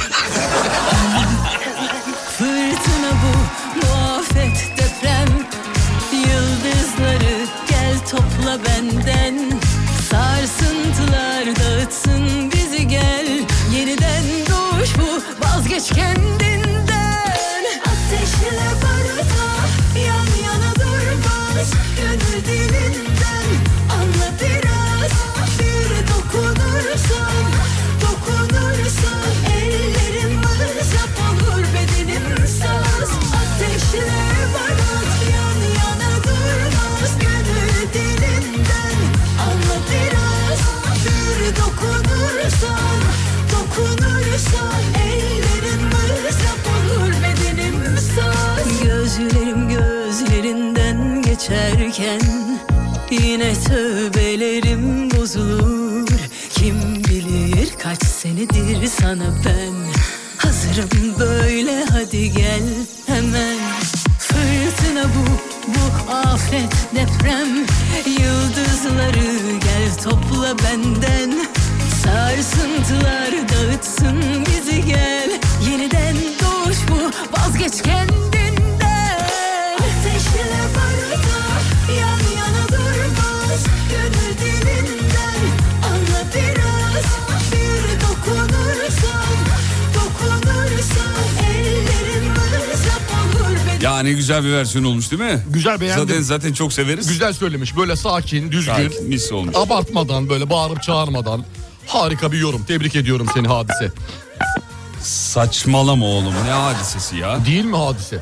Fırtına bu, bu afet deprem. Yıldızları gel topla benden. Sarsıntılar dağıtsın bizi gel. Yeniden doğuş bu, vazgeç kendinden. Ateşle barıta yan yana durmaz. Gönül dilinden anla biraz. Bir dokunursan, dokunursan ellerim mızrap olur bedenim saz. Ateşle barut yan yana durmaz. Gönül dilinden anla biraz. Bir dokunursan, dokunursan ellerim mızrap olur bedenim saz. Gözlerim gözlerinden geçerken yine tövbelerim bozulur. Kim bilir kaç senedir sana ben hazırım böyle hadi gel hemen. Fırtına bu, bu afet deprem. Yıldızları gel topla benden. Sarsıntılar dağıtsın bizi gel. Yeniden doğuş bu, vazgeç kendinden. Ateşle barıta yan yana durmaz. Gönül dilinden anla biraz. Bir dokunursan, dokunursan ellerim mızrap olur benim. Ya ne güzel bir versiyon olmuş değil mi? Güzel beğendim. Zaten zaten çok severiz. Güzel söylemiş. Böyle sakin, düzgün. Sakin, mis olmuş. Abartmadan böyle bağırıp çağırmadan. Harika bir yorum. Tebrik ediyorum seni Hadise. Saçmalama oğlum, ne hadisesi ya? Değil mi Hadise?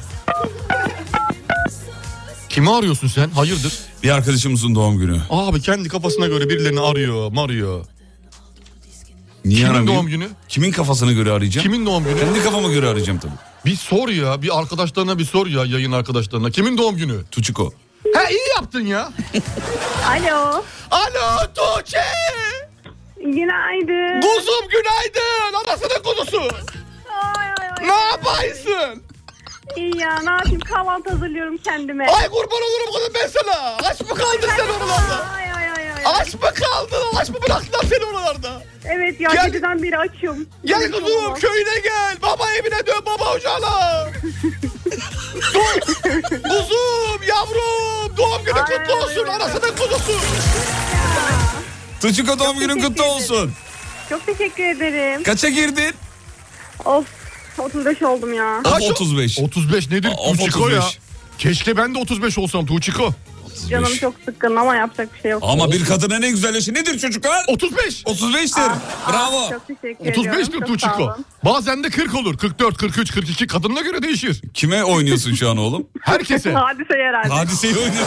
Kimi arıyorsun sen? Hayırdır? Bir arkadaşımızın doğum günü. Abi kendi kafasına göre birilerini arıyor, marıyor. Niye Kimin aramıyor? doğum günü? Kimin kafasına göre arayacağım? Kimin doğum günü? Kendi kafama göre arayacağım tabii. Bir sor ya, bir arkadaşlarına bir sor ya, yayın arkadaşlarına. Kimin doğum günü? Tuçiko. Ha iyi yaptın ya. Alo. Alo Tuğçe. Günaydın. Kuzum günaydın. Anasının kuzusu. Ay, ay, ay. Ne yapıyorsun? İyi ya, ne yapayım, kahvaltı hazırlıyorum kendime. Ay kurban olurum kızım ben sana. Aç mı kaldın sen oralarda? Ay ay ay ay. Aç mı kaldın? Aç mı bıraktılar seni oralarda? Evet ya, Gel. geceden beri açım. Gel Evet, kuzum olmaz. köyüne gel. Baba evine dön baba ocağına. Kuzum yavrum doğum günü Ay, kutlu ay, olsun. ay, ay. Anasının kuzusu. Tuğçika doğum günün teşekkür kutlu ederim. olsun. Çok teşekkür ederim. Kaça girdin? Of, otuz beş oldum ya. Kaç otuz beş. otuz beş nedir Aa, Tuğçiko ya? otuz beş. Keşke ben de otuz beş olsam Tuğçiko. Canım çok sıkkın ama yapacak bir şey yok. Ama bir kadına ne güzel yaşı nedir çocuklar? otuz beş. otuz beştir. Aa, Bravo. aa, Çok teşekkür otuz ediyorum. beştir çok Tuğçiko. sağ olun. Bazen de kırk olur. kırk dört, kırk üç, kırk iki kadınına göre değişir. Kime oynuyorsun şu an oğlum? Herkese. Hadise herhalde. Hadiseyi oynuyor.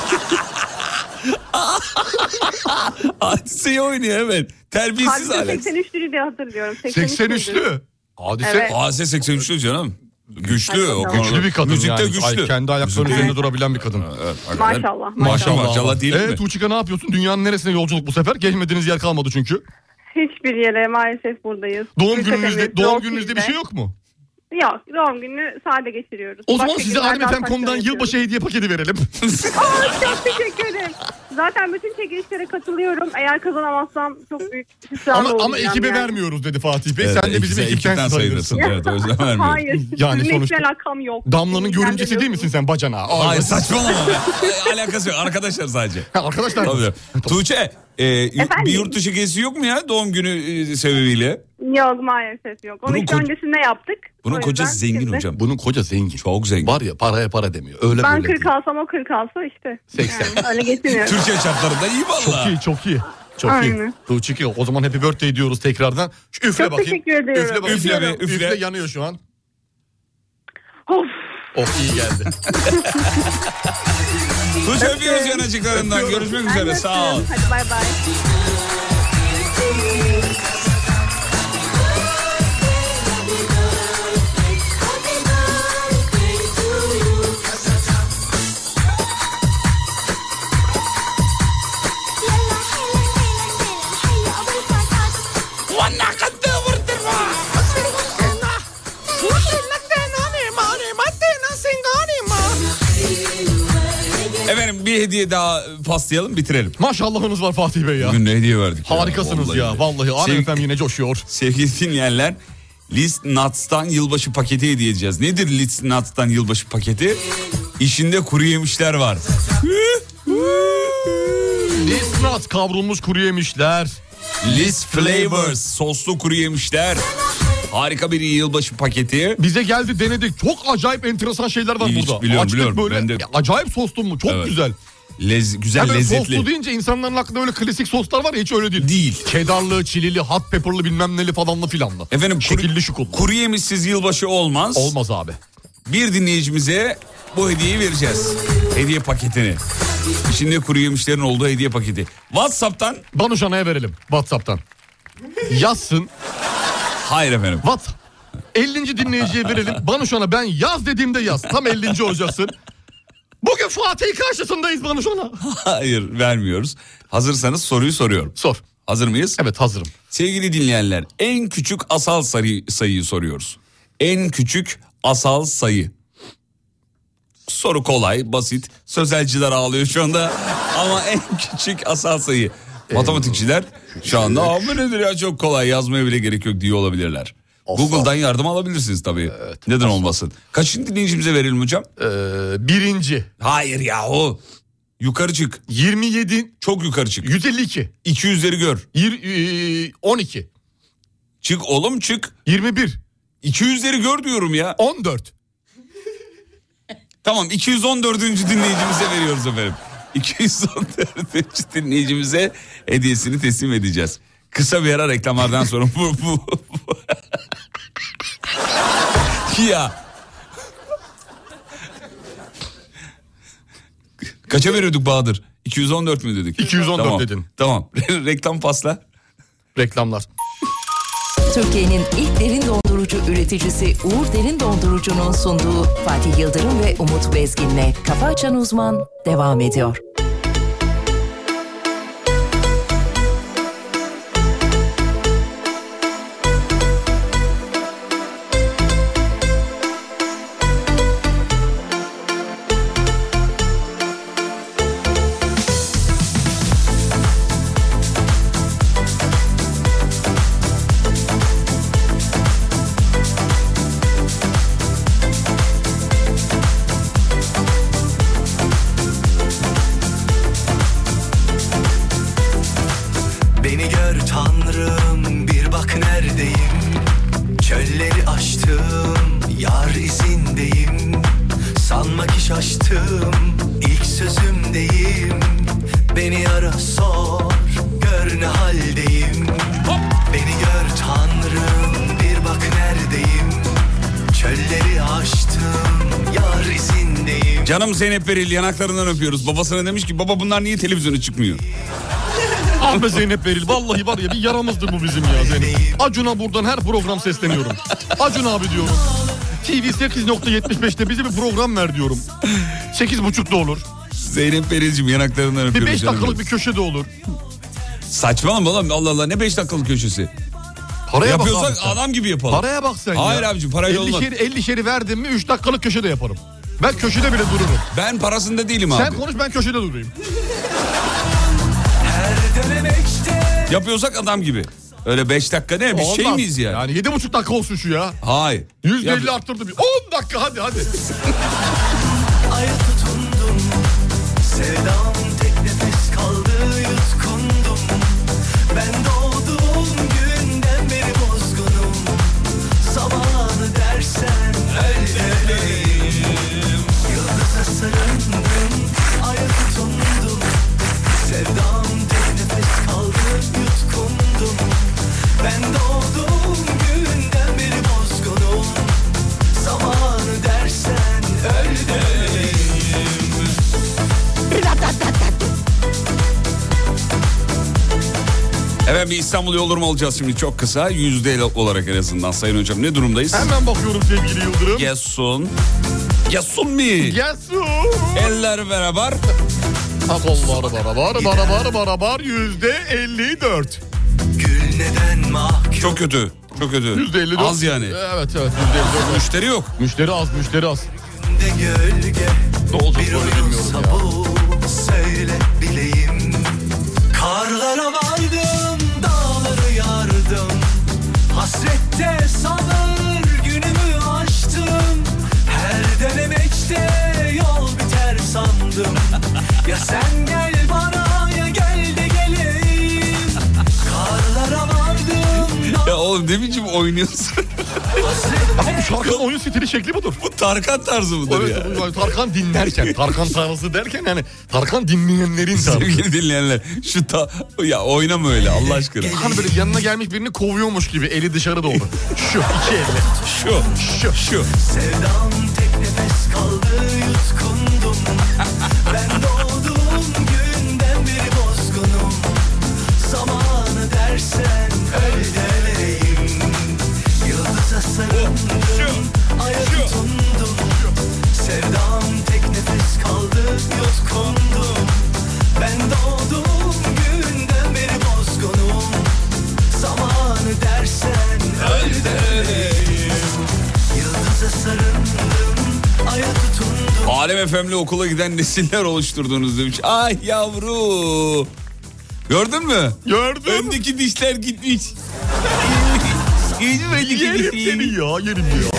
Hadiseyi oynuyor evet. Terbiyesiz Hadise Alex. seksen üçlü diye hatırlıyorum. seksen üçlü. Hadise. Evet. Hadise seksen üçlü canım. Güçlü o Güçlü konuda. Güçlü bir kadın Müzikte yani. güçlü. Ay, kendi ayaklarının Müzikte- üzerinde durabilen bir kadın. Evet, hakikaten. Maşallah. Maşallah maşallah değil Ee, mi? Tuğçika ne yapıyorsun? Dünyanın neresine yolculuk bu sefer? Gelmediğiniz yer kalmadı çünkü. Hiçbir yere maalesef buradayız. Doğum Ülkemiz, gününüzde doğum Doğu gününüzde bir Fil'de. şey yok mu? Yok, doğum günü sade geçiriyoruz. O zaman Başka size günlerden Alem Efem farklı konudan yapıyoruz. yılbaşı hediye paketi verelim. Aa, çok teşekkür ederim. Zaten bütün çekilişlere katılıyorum. Eğer kazanamazsam çok büyük hüsran ama olacağım. ama ekibe yani. vermiyoruz dedi Fatih Bey. Evet, Sen de bizim ekipten ekipten sayılırsın. Evet o yüzden vermiyorum. Hayır. Yani Sizinle sonuçta- hiçbir alakam yok. Damla'nın Siz görümcesi değil misin sen bacana? Aa, Hayır saçmalama be. Ay, Alakası yok arkadaşlar sadece. Ha, arkadaşlar. Tabii. Tuğçe e, y- Efendim? bir yurt dışı gezisi yok mu ya doğum günü e, sebebiyle? Yok maalesef yok. Onu Bunun işte ko- öncesinde yaptık. Bunun O kocası yüzden zengin şimdi- hocam. Bunun koca zengin. Çok zengin. Var ya paraya para demiyor. Öyle Ben böyle kırk değil. alsam o kırk alsa işte. seksen. Yani öyle geçiniyorum. Türkiye şartlarında iyi Çok valla. iyi çok iyi. Çok iyi. Aynen. Tuğçiki o zaman happy birthday diyoruz tekrardan. Şu üfle Çok bakayım. teşekkür ediyorum. Üfle bakayım. Üfle be, üfle. Üfle yanıyor şu an. Of. Oh iyi geldi. Tuğçe öpüyoruz yanacıklarından. Görüşmek üzere Ben sağ ol. öptüm. Hadi bay bay. Efendim bir hediye daha paslayalım bitirelim. Maşallahınız var Fatih Bey ya. Bugün ne hediye verdik ya, Harikasınız vallahi. ya. Vallahi Alem Sev- Efem yine coşuyor. Sevgili dinleyenler List Nuts'tan yılbaşı paketi hediye edeceğiz. Nedir List Nuts'tan yılbaşı paketi? İçinde kuru yemişler var. Nisnat kavrulmuş kuru yemişler. List Flavors soslu kuru yemişler. Harika bir yılbaşı paketi. Bize geldi denedik. Çok acayip enteresan şeyler var İlginç, burada. biliyorum, Açtık biliyorum. böyle. Ben de- Ya, acayip soslu mu? Çok Evet. güzel. Lez, güzel Ya böyle lezzetli. soslu deyince insanların aklında öyle klasik soslar var ya hiç öyle değil. Değil. Cheddarlı, çilili, hot pepperlı bilmem neli falanlı filanlı. Efendim kuru, Şekilli şukullu. kuru yemişsiz yılbaşı olmaz. Olmaz abi. Bir dinleyicimize bu hediyeyi vereceğiz. Hediye paketini. İçinde kuru yemişlerin olduğu hediye paketi. WhatsApp'tan. Banuşana'ya verelim WhatsApp'tan. Yazsın. Hayır efendim. What? ellinci dinleyiciye verelim. Banuşan'a ben yaz dediğimde yaz. Tam ellinci olacaksın. Bugün Fatih karşısındayız Banuşan'a. Hayır vermiyoruz. Hazırsanız soruyu soruyorum. Sor. Hazır mıyız? Evet hazırım. Sevgili dinleyenler en küçük asal sayı, sayıyı soruyoruz. En küçük asal sayı. Soru kolay, basit. Sözelciler ağlıyor şu anda. Ama en küçük asal sayı. Matematikçiler şu anda ama nedir ya çok kolay yazmaya bile gerek yok diye olabilirler. Asal. Google'dan yardım alabilirsiniz tabii. Evet, Neden asal. olmasın? Kaçıncı dinleyicimize verelim hocam? Ee, birinci. Hayır yahu. Yukarı çık. yirmi yedi. Çok yukarı çık. yüz elli iki. iki yüzleri gör. Yir- e, on iki. Çık oğlum çık. yirmi bir. iki yüzleri gör diyorum ya. on dört. Tamam iki yüz on dördüncü dinleyicimize veriyoruz efendim. iki yüz on dördüncü dinleyicimize hediyesini teslim edeceğiz. Kısa bir ara reklamlardan sonra bu bu. bu. Ya. Kaça veriyorduk Bahadır? iki yüz on dört mü dedik? iki yüz on dört tamam, dedin. Tamam. Reklam pasla. Reklamlar. Türkiye'nin ilk derin dondurucu üreticisi Uğur Derin Dondurucu'nun sunduğu Fatih Yıldırım ve Umut Bezgin'le Kafa Açan Uzman devam ediyor. Canım Zeynep Beril, yanaklarından öpüyoruz. Babasına demiş ki baba bunlar niye televizyona çıkmıyor? Ah be Zeynep Beril, vallahi var ya bir yaramızdır bu bizim ya Zeynep. Acun'a buradan her program sesleniyorum. Acun abi diyorum. T V sekiz nokta yetmiş beşte bize bir program ver diyorum. sekiz buçukta olur. Zeynep Beril'cim yanaklarından öpüyoruz. Bir beş dakikalık bir köşe de olur. Saçmalama oğlum, Allah Allah, ne beş dakikalık köşesi? Paraya yapıyorsak bak adam gibi yapalım. Paraya bak sen. Hayır ya. abicim, parayla olmaz. elli şeri verdim mi üç dakikalık köşede yaparım. Ben köşede bile dururum. Ben parasında değilim abi. Sen konuş, ben köşede durayım. Yapıyorsak adam gibi. Öyle beş dakika ne? Biz Olmaz. şey miyiz ya? Yani yedi buçuk dakika olsun şu ya. Hayır. Yüzde elli Yap- arttırdım. On dakika hadi hadi. Aya tutundum, sevdam tek nefes kaldı, yutkundum. Ben doğduğum günden beri bozgunum. Zamanı dersen öyle öleyim. Yıldıza sarıldım, aya tutundum. Sevdam tek nefes kaldı, yutkundum. Ben doğduğum günden beri bozgunum. Zamanı dersen öyle öleyim. Evet, bir İstanbul yol durumu alacağız şimdi çok kısa. Yüzde olarak en azından Sayın Hocam. Ne durumdayız? Hemen bakıyorum sevgili Yıldırım. Yesun. Yesun mi? Yesun. Eller beraber. Kolları barabar barabar barabar yüzde elli dört. Gül neden mahkum? Çok kötü. Çok kötü. Yüzde elli dört. Az yani. Evet evet yüzde elli dört. Müşteri yok. Müşteri az, müşteri az. De gölge Ne olacak bir böyle bilmiyorum uyusa ya. bu, söyle bileyim. Karlara vardım, dağları yardım. Hasrette sabır günümü aştım. Her denemeçte yol biter sandım. Ya sen gel bana, ya gel de geleyim. Karlara vardım. Ya oğlum ne biçim oynuyorsun? Ama bu şarkının oyun stili şekli budur. Bu Tarkan tarzı mıdır Evet, ya? bu Tarkan dinlerken, Tarkan tarzı derken yani Tarkan dinleyenlerin tarzı. Sevgili dinleyenler, şu ta ya oynama öyle Allah aşkına. Hani böyle yanına gelmiş birini kovuyormuş gibi eli dışarı doğru. Şu iki elle. Şu, Şu. şu. Sevdam tek nefes kaldı, yutkundum. Ben doğduğum günden beri bozgunum. Zamanı dersen öyle deleyim. Yıldıza sarıldım, aya tutundum. Sevdam tek nefes kaldı, yutkundum. Ben doğduğum günden beri bozgunum. Zamanı dersen öyle deleyim. Yıldıza sarıldım, aya tutundum. Alem F M'le okula giden nesiller oluşturdunuz demiş. Ay yavru. Gördün mü? Gördüm. Öndeki dişler gitmiş. Yerim seni ya, yerim ya.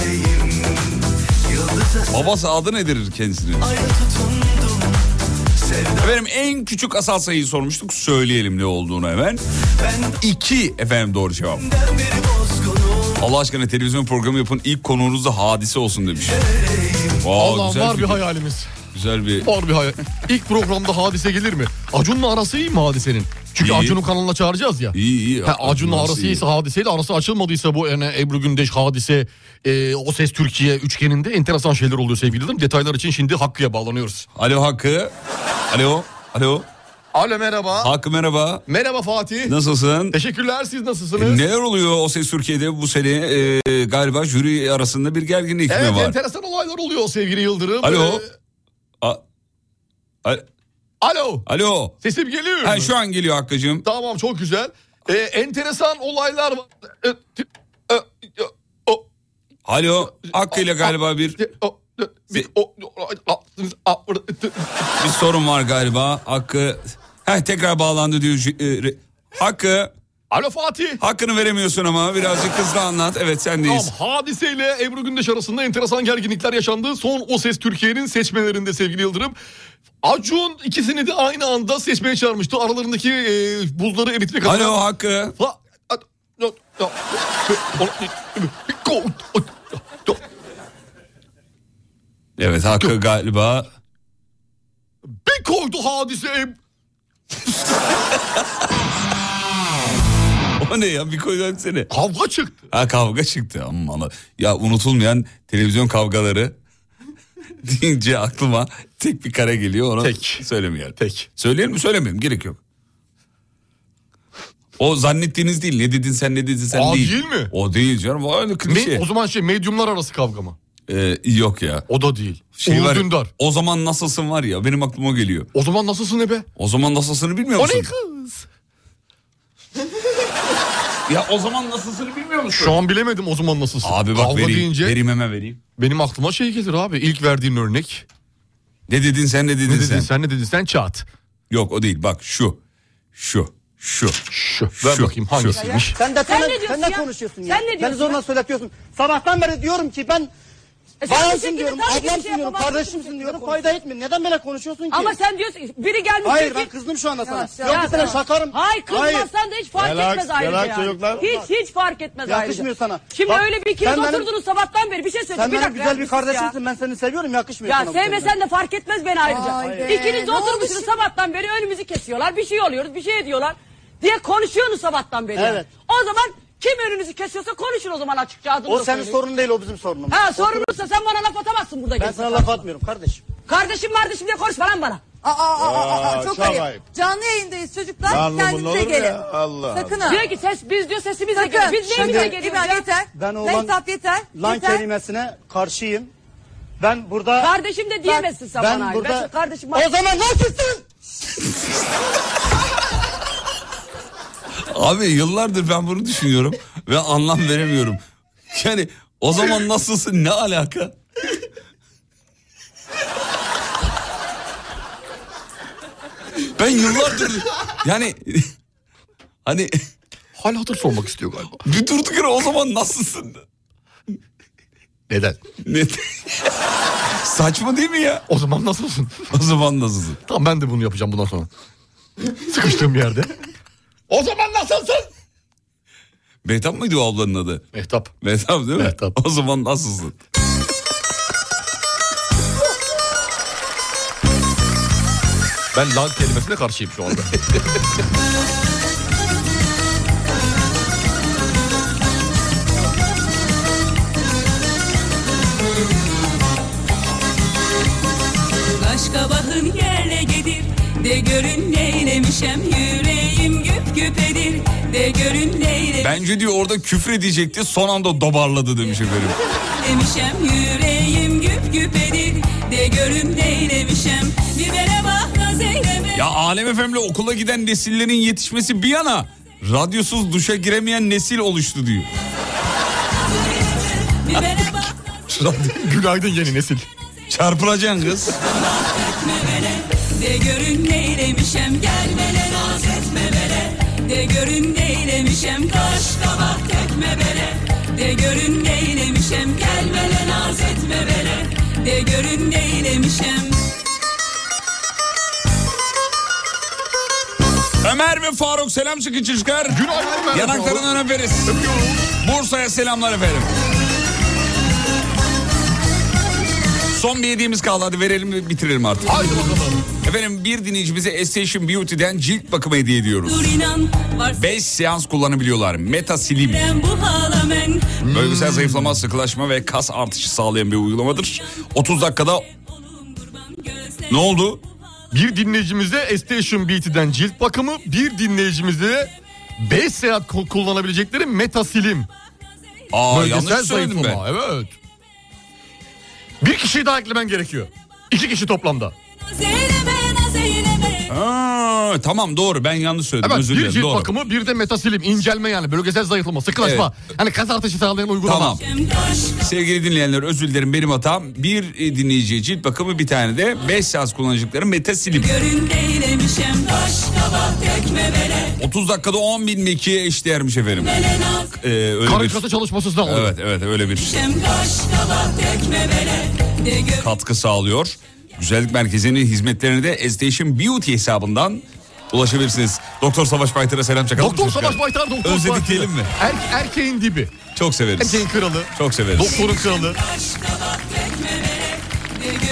Babası adı nedir kendisinin? Aya tutundum. Sevdam Efendim en küçük asal sayıyı sormuştuk. Söyleyelim ne olduğunu hemen. İki efendim doğru cevap. beri bozgunum. Allah aşkına televizyon programı yapın, ilk konuğunuz da Hadise olsun demiş. Wow, Allah güzel var bir fikir. hayalimiz. Güzel bir... Var bir hayal. İlk programda Hadise gelir mi? Acun'la arası iyi mi Hadise'nin? Çünkü İyi. Acun'un kanalına çağıracağız ya. İyi iyi. Ha, Acun'la Nasıl arası iyi? iyiyse Hadise'yle arası açılmadıysa bu yani Ebru Gündeş, Hadise, e, O Ses Türkiye üçgeninde enteresan şeyler oluyor sevgili dinleyicilerim. Detaylar için şimdi Hakkı'ya bağlanıyoruz. Alo Hakkı. Alo. Alo. Alo merhaba. Hakkı merhaba. Merhaba Fatih. Nasılsın? Teşekkürler, siz nasılsınız? E, neler oluyor O Ses Türkiye'de bu sene e, galiba jüri arasında bir gerginlik Evet, mi var? enteresan olaylar oluyor sevgili Yıldırım. Alo. Ee, A- A- Alo. Alo. Sesim geliyor mu? Ha, şu an geliyor Hakkı'cığım. Tamam, çok güzel. Ee, enteresan olaylar var. Ee, t- e, o- Alo. Hakkı ile galiba bir o- bir- o- o- bir sorun var galiba. Hakkı Heh, tekrar bağlandı diyor. jü- e, re- Hakkı. Alo Fatih. Hakkını veremiyorsun ama birazcık hızlı anlat. Evet sendeyiz. Tamam, Hadise ile Ebru Gündeş arasında enteresan gerginlikler yaşandı. Son O Ses Türkiye'nin seçmelerinde sevgili Yıldırım. Acun ikisini de aynı anda seçmeye çağırmıştı. Aralarındaki e, buzları eritmek adına. Alo Hakkı. Evet Hakkı galiba. Bir koydu Hadise. O ne ya, bir koydan seni. Kavga çıktı. Ha, kavga çıktı. Aman Allah. Ya unutulmayan televizyon kavgaları. deyince aklıma tek bir kare geliyor. Onu Tek. söylemiyorum. Tek. Söyleyelim mi söylemeyeyim gerek yok. O zannettiğiniz değil. Ne dedin sen ne dedin sen Aa, değil. değil mi? O değil canım. O öyle klişe. Me- o zaman şey medyumlar arası kavga mı? Ee, yok ya. O da değil. Şey Uğur var, Dündar. o zaman nasılsın var ya benim aklıma o geliyor. O zaman nasılsın ne be? O zaman nasılsını bilmiyor O musun? ne kız? Ya o zaman nasılsını bilmiyor musun? Şu an bilemedim o zaman nasılsın. Abi bak Kavga vereyim, deyince vereyim hemen vereyim. benim aklıma şey gelir abi. İlk verdiğin örnek. Ne dedin sen ne dedin, Ne dedin sen? sen ne dedin sen çat. Yok o değil bak şu. Şu. Şu. Şu. Ver Şu, bakayım hangisiymiş. Sen de Sen sen, ne diyorsun sen de ya? konuşuyorsun ya. Sen ne diyorsun Beni zorla ya? söyletiyorsun. Sabahtan beri diyorum ki ben E sen bu bayansın şekilde diyorum, tabii ki bir ablamsın şey diyorum, yapamazsın, bir kardeşimsin şekilde diyorum. konuşuyorsun. Fayda etmiyor. Neden böyle konuşuyorsun ki? Ama sen diyorsun biri gelmiş Hayır diyor ben ki... kızdım şu anda sana. Ya, Yok ya, bir sene ya. şakarım. Hayır kızmazsan da hiç fark Relax, etmez ayrıca relax yani. çocuklar. Hiç hiç fark etmez Yakışmıyor ayrıca. sana. Şimdi Bak, öyle bir ikiniz sen benim- oturdunuz sabahtan beri bir şey söyle. Sen bir benim dakika, güzel bir yapmışsınız ya. kardeşimsin. Ben seni seviyorum, yakışmıyor Ya sana bu sevmesen kelime. de fark etmez beni ayrıca. Vay be, İkiniz de ne oldu oturmuşsunuz şimdi? sabahtan beri önümüzü kesiyorlar. Bir şey oluyoruz, bir şey ediyorlar diye konuşuyorsunuz sabahtan beri. Evet. O zaman kim önünüzü kesiyorsa konuşun o zaman açıkça adını O da senin söyleyin. sorunun değil, o bizim sorunumuz. Ha sorumluysa sen bana laf atamazsın burada. Ben gelip. sana laf atmıyorum kardeşim. Kardeşim kardeşim diye konuşma lan bana. Aa, aa, aa, aa, çok çok ayıp. ayıp. Canlı yayındayız çocuklar. Lan bu Kendinize olur mu gelin. ya? Allah Sakın Allah. ha. Diyor ki ses biz diyor sesimizle Sakın. geliyor. Biz neyimize Şimdi- geliyoruz İbrahim ya? yeter. Ben o lan- Mehtap yeter. Lan yeter. kelimesine karşıyım. Ben burada... Kardeşim de diyemezsin sen ben bana. burada- Ben şu kardeşim O zaman nasılsın? Abi yıllardır ben bunu düşünüyorum ve anlam veremiyorum. Yani o zaman nasılsın ne alaka? Ben yıllardır yani hani Hal hatır sormak istiyor galiba. bir durduk yere o zaman nasılsın? Neden? Ne? Saçma değil mi ya? O zaman nasılsın? O zaman nasılsın? Tamam ben de bunu yapacağım bundan sonra. Sıkıştığım yerde. O zaman nasılsın? Mehtap mıydı o ablanın adı? Mehtap. Mehtap değil mi? Mehtap. O zaman nasılsın? Ben lan kelimesine karşıyım şu anda. Başka bakın yerle gelir de görün neylemişem yüreğim güp güpedir de görün neylemişem Bence diyor orada küfür edecekti son anda dobarladı demiş efendim. yüreğim güp güpedir de görün neylemişem bibere bak naz eyleme. Ya Alem F M'le okula giden nesillerin yetişmesi bir yana radyosuz duşa giremeyen nesil oluştu diyor. Bibere bak Günaydın yeni nesil. Çarpılacaksın kız. de görün neylemişem gelmele naz etme bele de görün neylemişem kaş kabak tekme bele de görün neylemişem gelmele naz etme bele de görün neylemişem. Ömer ve Faruk selam çıkın çocuklar. Günaydın Ömer. Yanaklarından öperiz. Bursa'ya selamlar efendim. Son bir hediyemiz kaldı, hadi verelim ve bitirelim artık. Haydi bakalım. Efendim bir dinleyicimize Estation Beauty'den cilt bakımı hediye ediyoruz. Dur inan var beş seans kullanabiliyorlar. Metacilim. sen bu halamen. Bölgesel zayıflama, sıkılaşma ve kas artışı sağlayan bir uygulamadır. otuz dakikada... Ne oldu? Bir dinleyicimize Station Beauty'den cilt bakımı, bir dinleyicimize beş seyahat ku- kullanabilecekleri Metacilim. Aa Bölgesel yanlış söyledim ben. zayıflama, evet. Bir kişiyi daha eklemen gerekiyor. İki kişi toplamda. Naz eyleme naz eyleme. Aa, tamam doğru ben yanlış söyledim, Evet, özür bir dilerim. cilt Doğru. bakımı, bir de Metacilim, incelme yani bölgesel zayıflama, sıkılaşma. Hani kas artışı sağlayan uygulama. Tamam. Sevgili dinleyenler özür dilerim benim hatam. Bir e, dinleyiciye cilt bakımı, bir tane de beş seans kullanacakları Metacilim. Görün neylemişem kaş kabak tekme bele otuz dakikada on bin mekiğe eşdeğermiş efendim. bele naz Ee, öyle Karın bir... kası çalışması sağlıyor. Evet evet öyle bir şem kaş kabak tekme bele de görün. katkı sağlıyor. Güzellik merkezinin hizmetlerine de Station Beauty hesabından ulaşabilirsiniz. Doktor Savaş Baytar'a selam çakalım. Doktor çocuklar. Savaş Baytar, Doktor Özledik Savaş diyelim mi? Er, erkeğin dibi. Çok severiz. Erkeğin kralı. Çok severiz. Doktorun kralı. Kaş kabak tekme bele de görün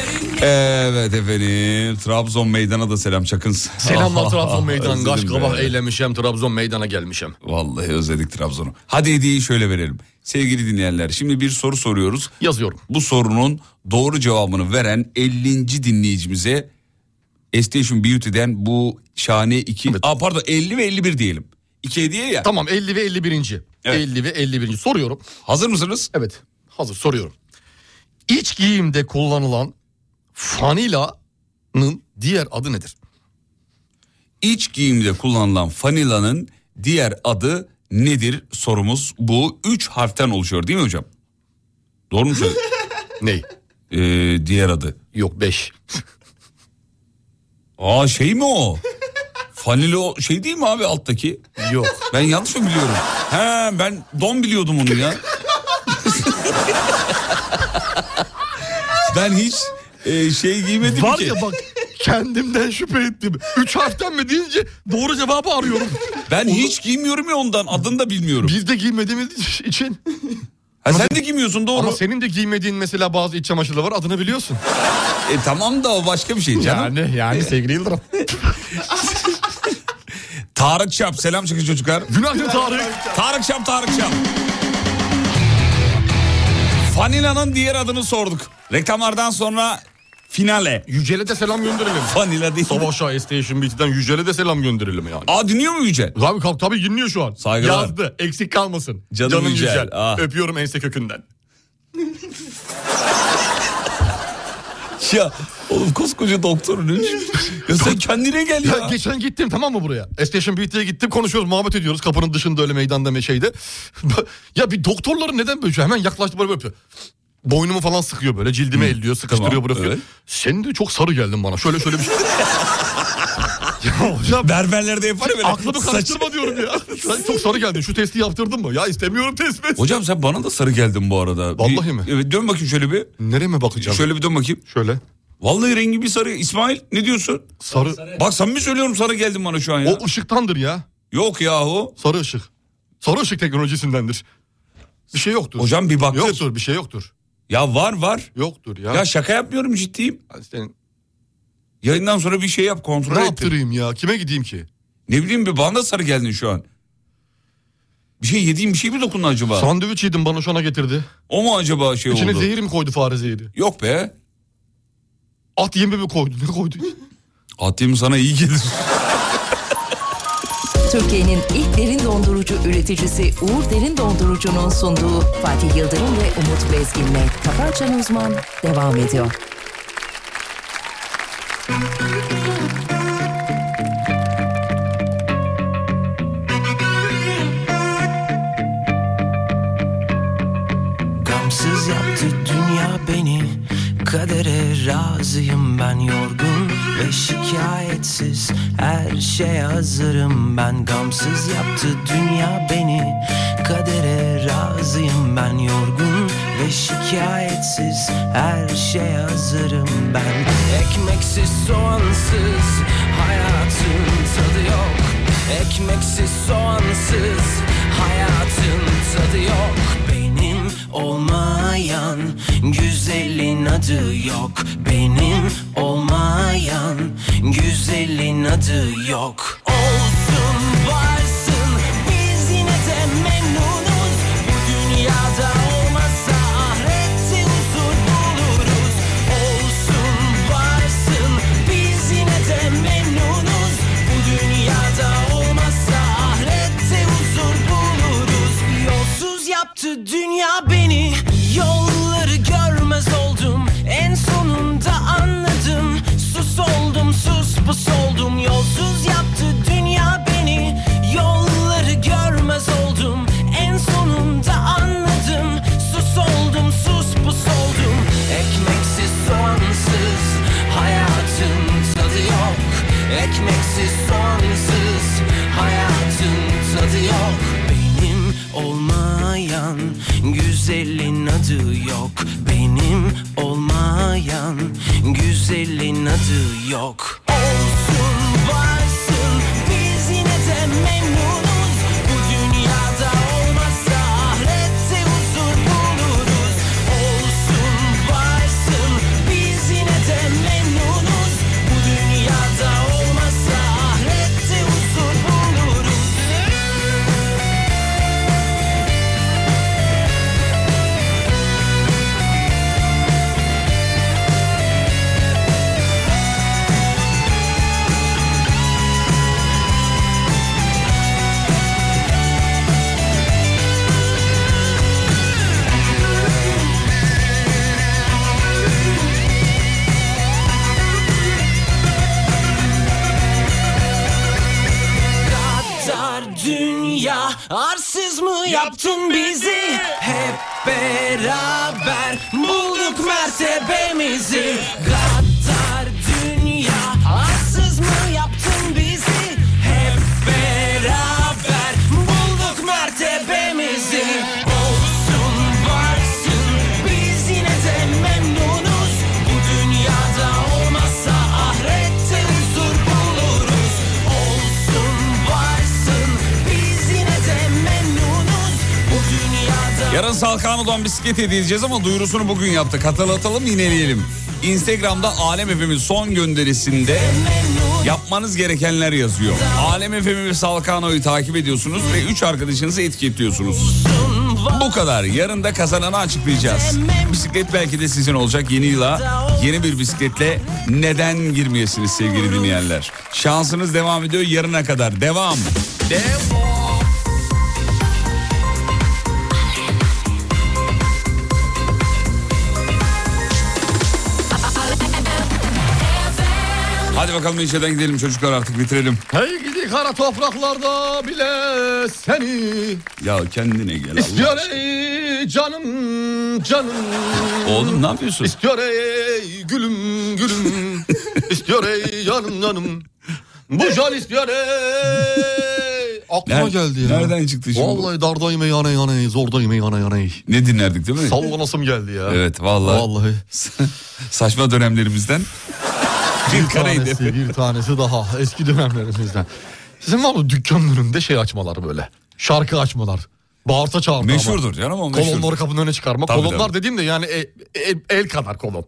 Evet efendim. Trabzon meydana da selam çakın. Selamlar Trabzon meydan. Kaş Özledim kabak be. eylemişim. Trabzon meydana gelmişim. Vallahi özledik Trabzon'u. Hadi hediyeyi şöyle verelim. Sevgili dinleyenler, şimdi bir soru soruyoruz. Yazıyorum. Bu sorunun doğru cevabını veren ellinci dinleyicimize Station Beauty'den bu şahane iki... Evet. Aa, pardon elli ve elli bir diyelim. İki hediye ya. Tamam elli ve elli birinci. Evet. elli ve elli birinci. Soruyorum. Hazır mısınız? Evet. Hazır, soruyorum. İç giyimde kullanılan fanilanın diğer adı nedir? İç giyimde kullanılan fanilanın diğer adı nedir? Sorumuz bu. Üç harften oluşuyor değil mi hocam? Doğru mu söyledim? Ney? Ee, diğer adı. Yok, beş. Aa, şey mi o? Fanilo şey değil mi abi alttaki? Yok. Ben yanlış mı biliyorum? He, ben don biliyordum onu ya. Ben hiç e, şey giymedim Var ki. ya bak, kendimden şüphe ettim. Üç harften mi deyince doğru cevabı arıyorum. Ben onu... hiç giymiyorum ya ondan. Adını da bilmiyorum. Biz de giymediğimiz için. Ha, sen de giymiyorsun, doğru. Ama senin de giymediğin mesela bazı iç çamaşırları var, adını biliyorsun. E tamam da o başka bir şey canım. Yani yani sevgili Yıldırım. Tarık Şap, selam çekin çocuklar. Günaydın Tarık. Tarık Şap, Tarık Şap. Fanila'nın diğer adını sorduk. Reklamlardan sonra finale. Yücel'e de selam gönderelim. Fanila değil. Sabah Şah Station Beach'ten Yücel'e de selam gönderelim yani. Aa, dinliyor mu Yücel? Tabii kalk, tabii dinliyor şu an. Saygılar. Yazdı, eksik kalmasın. Canım, Canım Yücel. Yücel. Ah. Öpüyorum ense kökünden. Ya oğlum koskoca doktorun. Ya sen kendine gel ya. Ya geçen gittim, tamam mı, buraya? Station Beauty'ye gittim, konuşuyoruz, muhabbet ediyoruz. Kapının dışında öyle meydanda ve şeyde. Ya bir doktorların neden böyle şey? Hemen yaklaştı, böyle yapıyor. Boynumu falan sıkıyor böyle, cildime hmm. elliyor, sıkıştırıyor, tamam, bırakıyor. Evet. Sen de çok sarı geldin bana. Şöyle şöyle bir şey. Ya hocam, berberlerde yapar böyle. Aklımı karıştırma Saç... diyorum ya. Sen çok sarı geldin. Şu testi yaptırdın mı? Ya istemiyorum test mi? Hocam sen bana da sarı geldin bu arada. Vallahi bir, mi? Evet, dön bakayım şöyle bir. Nereye mi bakacağım? Şöyle bir dön bakayım. Şöyle. Vallahi rengi bir sarı. İsmail ne diyorsun? Sarı. sarı. Bak samimi söylüyorum, sarı geldin bana şu an ya. O ışıktandır ya. Yok yahu. Sarı ışık. Sarı ışık teknolojisindendir. Bir şey yoktur. Hocam bir baktır. Yoktur, bir şey yoktur. Ya var var. Yoktur ya. Ya şaka yapmıyorum, ciddiyim. Senin... Yayından sonra bir şey yap, kontrol et. Ne yaptırayım ya? Kime gideyim ki? Ne bileyim, bir bana da sarı geldin şu an. Bir şey yediğim bir şey mi dokundu acaba? Sandviç yedim, bana şu ana getirdi. O mu acaba şey İçine oldu? zehir mi koydu, fare zehri? Yok be. At yemi mi koydu? Ne koydu? At yemi sana iyi gelir. Türkiye'nin ilk derin dondurucu üreticisi Uğur Derin Dondurucu'nun sunduğu Fatih Yıldırım ve Umut Bezgin'le Kafa Açan Uzman devam ediyor. Gamsız yaptı dünya beni, kadere razıyım ben, yorgun ve şikayetsiz her şeye hazırım ben. Gamsız yaptı dünya beni, kadere razıyım ben, yorgun ve şikayetsiz her şeye hazırım ben. Ekmeksiz soğansız hayatın tadı yok. Ekmeksiz soğansız hayatın tadı yok. Benim olmayan güzelin adı yok. Benim olmayan güzelin adı yok. Olsun varsın biz yine de memnunuz. Bu dünyada olmasa ahirette huzur buluruz. Olsun varsın biz yine de memnunuz. Bu dünyada olmasa ahirette huzur buluruz. Yolsuz yaptı dünya beni, yolları görmez oldum. En sonunda anladım, sus oldum, sus pus oldum. Yolsuz yaptı dünya beni, yolları görmez oldum. En sonunda anladım, sus oldum, sus pus oldum. Ekmeksiz soğansız hayatın tadı yok. Ekmeksiz soğansız hayatın tadı yok. Benim olmayan güzelin adı yok. Benim olmayan güzelin adı yok. Olsun varsın biz yine de memnunuz. Bu dünyada olmasa ahirette huzur buluruz. Olsun varsın biz yine de yaptın bizi. Hep beraber bulduk mertebemizi. Gaddar dünya haksız mı yaptın bizi? Hep beraber bulduk mertebemizi. Olsun varsın biz yine de memnunuz. Bu dünyada olmazsa ahirette huzur buluruz. Olsun varsın biz yine de memnunuz. Bu dünyada... Yarın Salkano'dan bisiklet hediye edeceğiz ama duyurusunu bugün yaptık. Hatırlatalım, yineleyelim. Instagram'da Alem F M'in son gönderisinde yapmanız gerekenler yazıyor. Alem F M'in ve Salkano'yu takip ediyorsunuz ve üç arkadaşınızı etiketliyorsunuz. Bu kadar. Yarın da kazananı açıklayacağız. Bisiklet belki de sizin olacak. Yeni yıla yeni bir bisikletle neden girmeyesiniz sevgili dinleyenler? Şansınız devam ediyor yarına kadar. Devam. Devam. Hadi bakalım ilçeden gidelim çocuklar, artık bitirelim. Hey gidi kara topraklarda bile seni. Ya kendine gel Allah. İstiyor ey canım canım. Oğlum ne yapıyorsun? İstiyor ey gülüm gülüm. İstiyor ey canım canım. Bu can istiyor ey. Aklıma Nerede, geldi ya. Nereden çıktı şimdi? Vallahi dardayım yana yana, zordayım yana yana. Ne dinlerdik değil mi? Sallanasım geldi ya. Evet vallahi. Vallahi. Saçma dönemlerimizden. Bir tanesi, bir tanesi daha eski dönemlerimizden. Sizin var mı dükkanın önünde şey açmalar böyle? Şarkı açmalar. Bağırsa çağırma. Meşhurdur canım o meşhur. Kolonları kapının önüne çıkarma. Tabii, Kolonlar tabii. dediğim de yani el, el, el kadar kolon.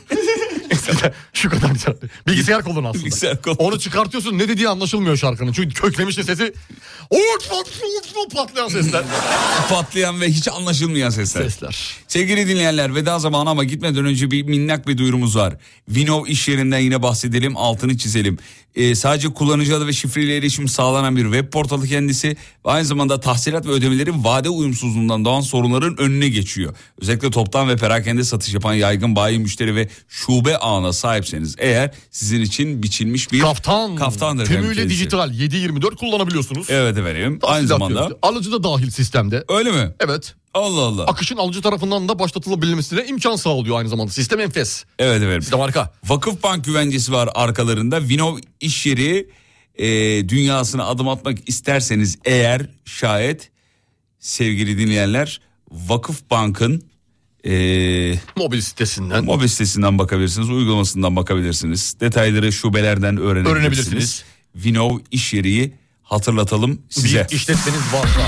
Şu kadar. Bilgisayar kolonu aslında. Bilgisayar kolonu. Onu çıkartıyorsun, ne dediği anlaşılmıyor şarkının. Çünkü köklemişti sesi. Uç uç patlayan sesler. Patlayan ve hiç anlaşılmayan sesler. Sesler. Sevgili dinleyenler, veda zamanı ama gitmeden önce bir minnak bir duyurumuz var. Vinov iş yerinden yine bahsedelim, altını çizelim. Ee, sadece kullanıcı adı ve şifreyle erişim sağlanan bir web portalı kendisi. Ve aynı zamanda tahsilat ve ödemelerin vade uyumsuzluğundan doğan sorunların önüne geçiyor. Özellikle toptan ve perakende satış yapan yaygın bayi müşteri ve şube ağına sahipseniz eğer, sizin için biçilmiş bir kaftan. kaftandır. Tümüyle dijital yedi yirmi dört kullanabiliyorsunuz. Evet efendim. Tahsilat Aynı zamanda. diyoruz. Alıcı da dahil sistemde. Öyle mi? Evet. Allah Allah. Akışın alıcı tarafından da başlatılabilmesine imkan sağlıyor aynı zamanda. Sistem enfes. Evet efendim. Sistem harika. Vakıfbank güvencesi var arkalarında. Vinov iş yeri e, dünyasına adım atmak isterseniz eğer, şayet sevgili dinleyenler, Vakıfbank'ın e, mobil sitesinden mobil sitesinden bakabilirsiniz, uygulamasından bakabilirsiniz. Detayları şubelerden öğrenebilirsiniz. Öğrenebilirsiniz. Vinov iş yeriyi hatırlatalım size. Bir işletmeniz varsa.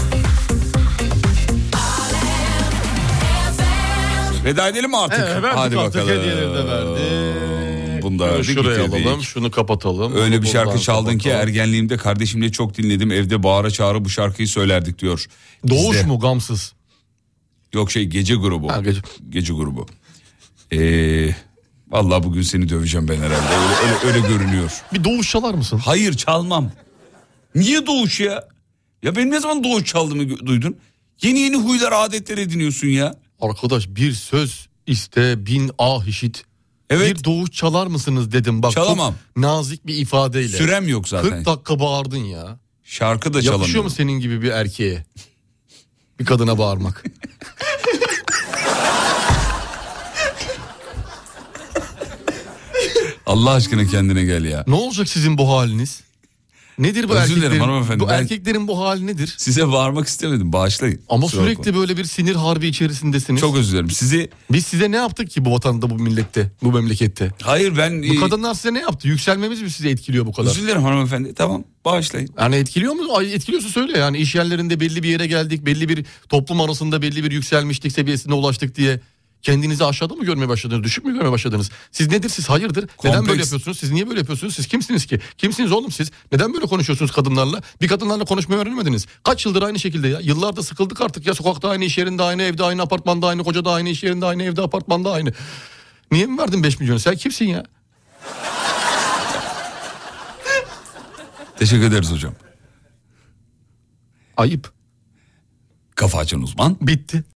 Veda edelim mi artık? Evet, hadi bakalım. Hediyeleri de verdik. Bunu da verdik, şuraya bitirdik. alalım, şunu kapatalım. Öyle bir Bunu şarkı buradan çaldın ki kapatalım. ergenliğimde kardeşimle çok dinledim. Evde bağıra çağıra bu şarkıyı söylerdik diyor. Doğuş Bizde. mu, gamsız? Yok şey gece grubu. Ha, gece. Gece grubu. Ee, vallahi bugün seni döveceğim ben herhalde. Öyle, öyle, öyle görünüyor. Bir doğuş çalar mısın? Hayır çalmam. Niye doğuş ya? Ya benim ne zaman doğuş çaldığımı duydun? Yeni yeni huylar, adetler ediniyorsun ya. Arkadaş bir söz iste bin ah işit. Evet. Bir doğuş çalar mısınız dedim. Bak, çalamam. Çok nazik bir ifadeyle. Sürem yok zaten. kırk dakika bağırdın ya. Şarkı da çalamıyorum. Yakışıyor mu senin gibi bir erkeğe? Bir kadına bağırmak. Allah aşkına kendine gel ya. Ne olacak sizin bu haliniz? Nedir bu Özür erkeklerin? dilerim hanımefendi, Bu ben- erkeklerin bu hali nedir? Size bağırmak istemedim, bağışlayın. Ama Kusura sürekli bakma. böyle bir sinir harbi içerisindesiniz. Çok özür dilerim. Sizi Biz size ne yaptık ki bu vatanda, bu millette, bu memlekette? hayır ben Bu kadınlar size ne yaptı? Yükselmemiz mi sizi etkiliyor bu kadar? özür dilerim hanımefendi. Tamam, bağışlayın. Yani etkiliyor mu? Ay, etkiliyorsa söyle yani. İş yerlerinde belli bir yere geldik, belli bir toplum arasında belli bir yükselmişlik seviyesine ulaştık diye kendinizi aşağıda mı görmeye başladınız? Düşük mü görmeye başladınız? Siz nedir siz? Hayırdır? Neden Kompleks. böyle yapıyorsunuz? Siz niye böyle yapıyorsunuz? Siz kimsiniz ki? Kimsiniz oğlum siz? Neden böyle konuşuyorsunuz kadınlarla? Bir kadınlarla konuşmayı öğrenemediniz. Kaç yıldır aynı şekilde ya? Yıllarda sıkıldık artık ya. Sokakta aynı, iş yerinde aynı, evde aynı, apartmanda aynı, kocada aynı, iş yerinde aynı, evde, apartmanda aynı. Niye mi verdin beş milyonu? Sen kimsin ya? Teşekkür ederiz hocam. Ayıp. Kafa açan uzman. Bitti.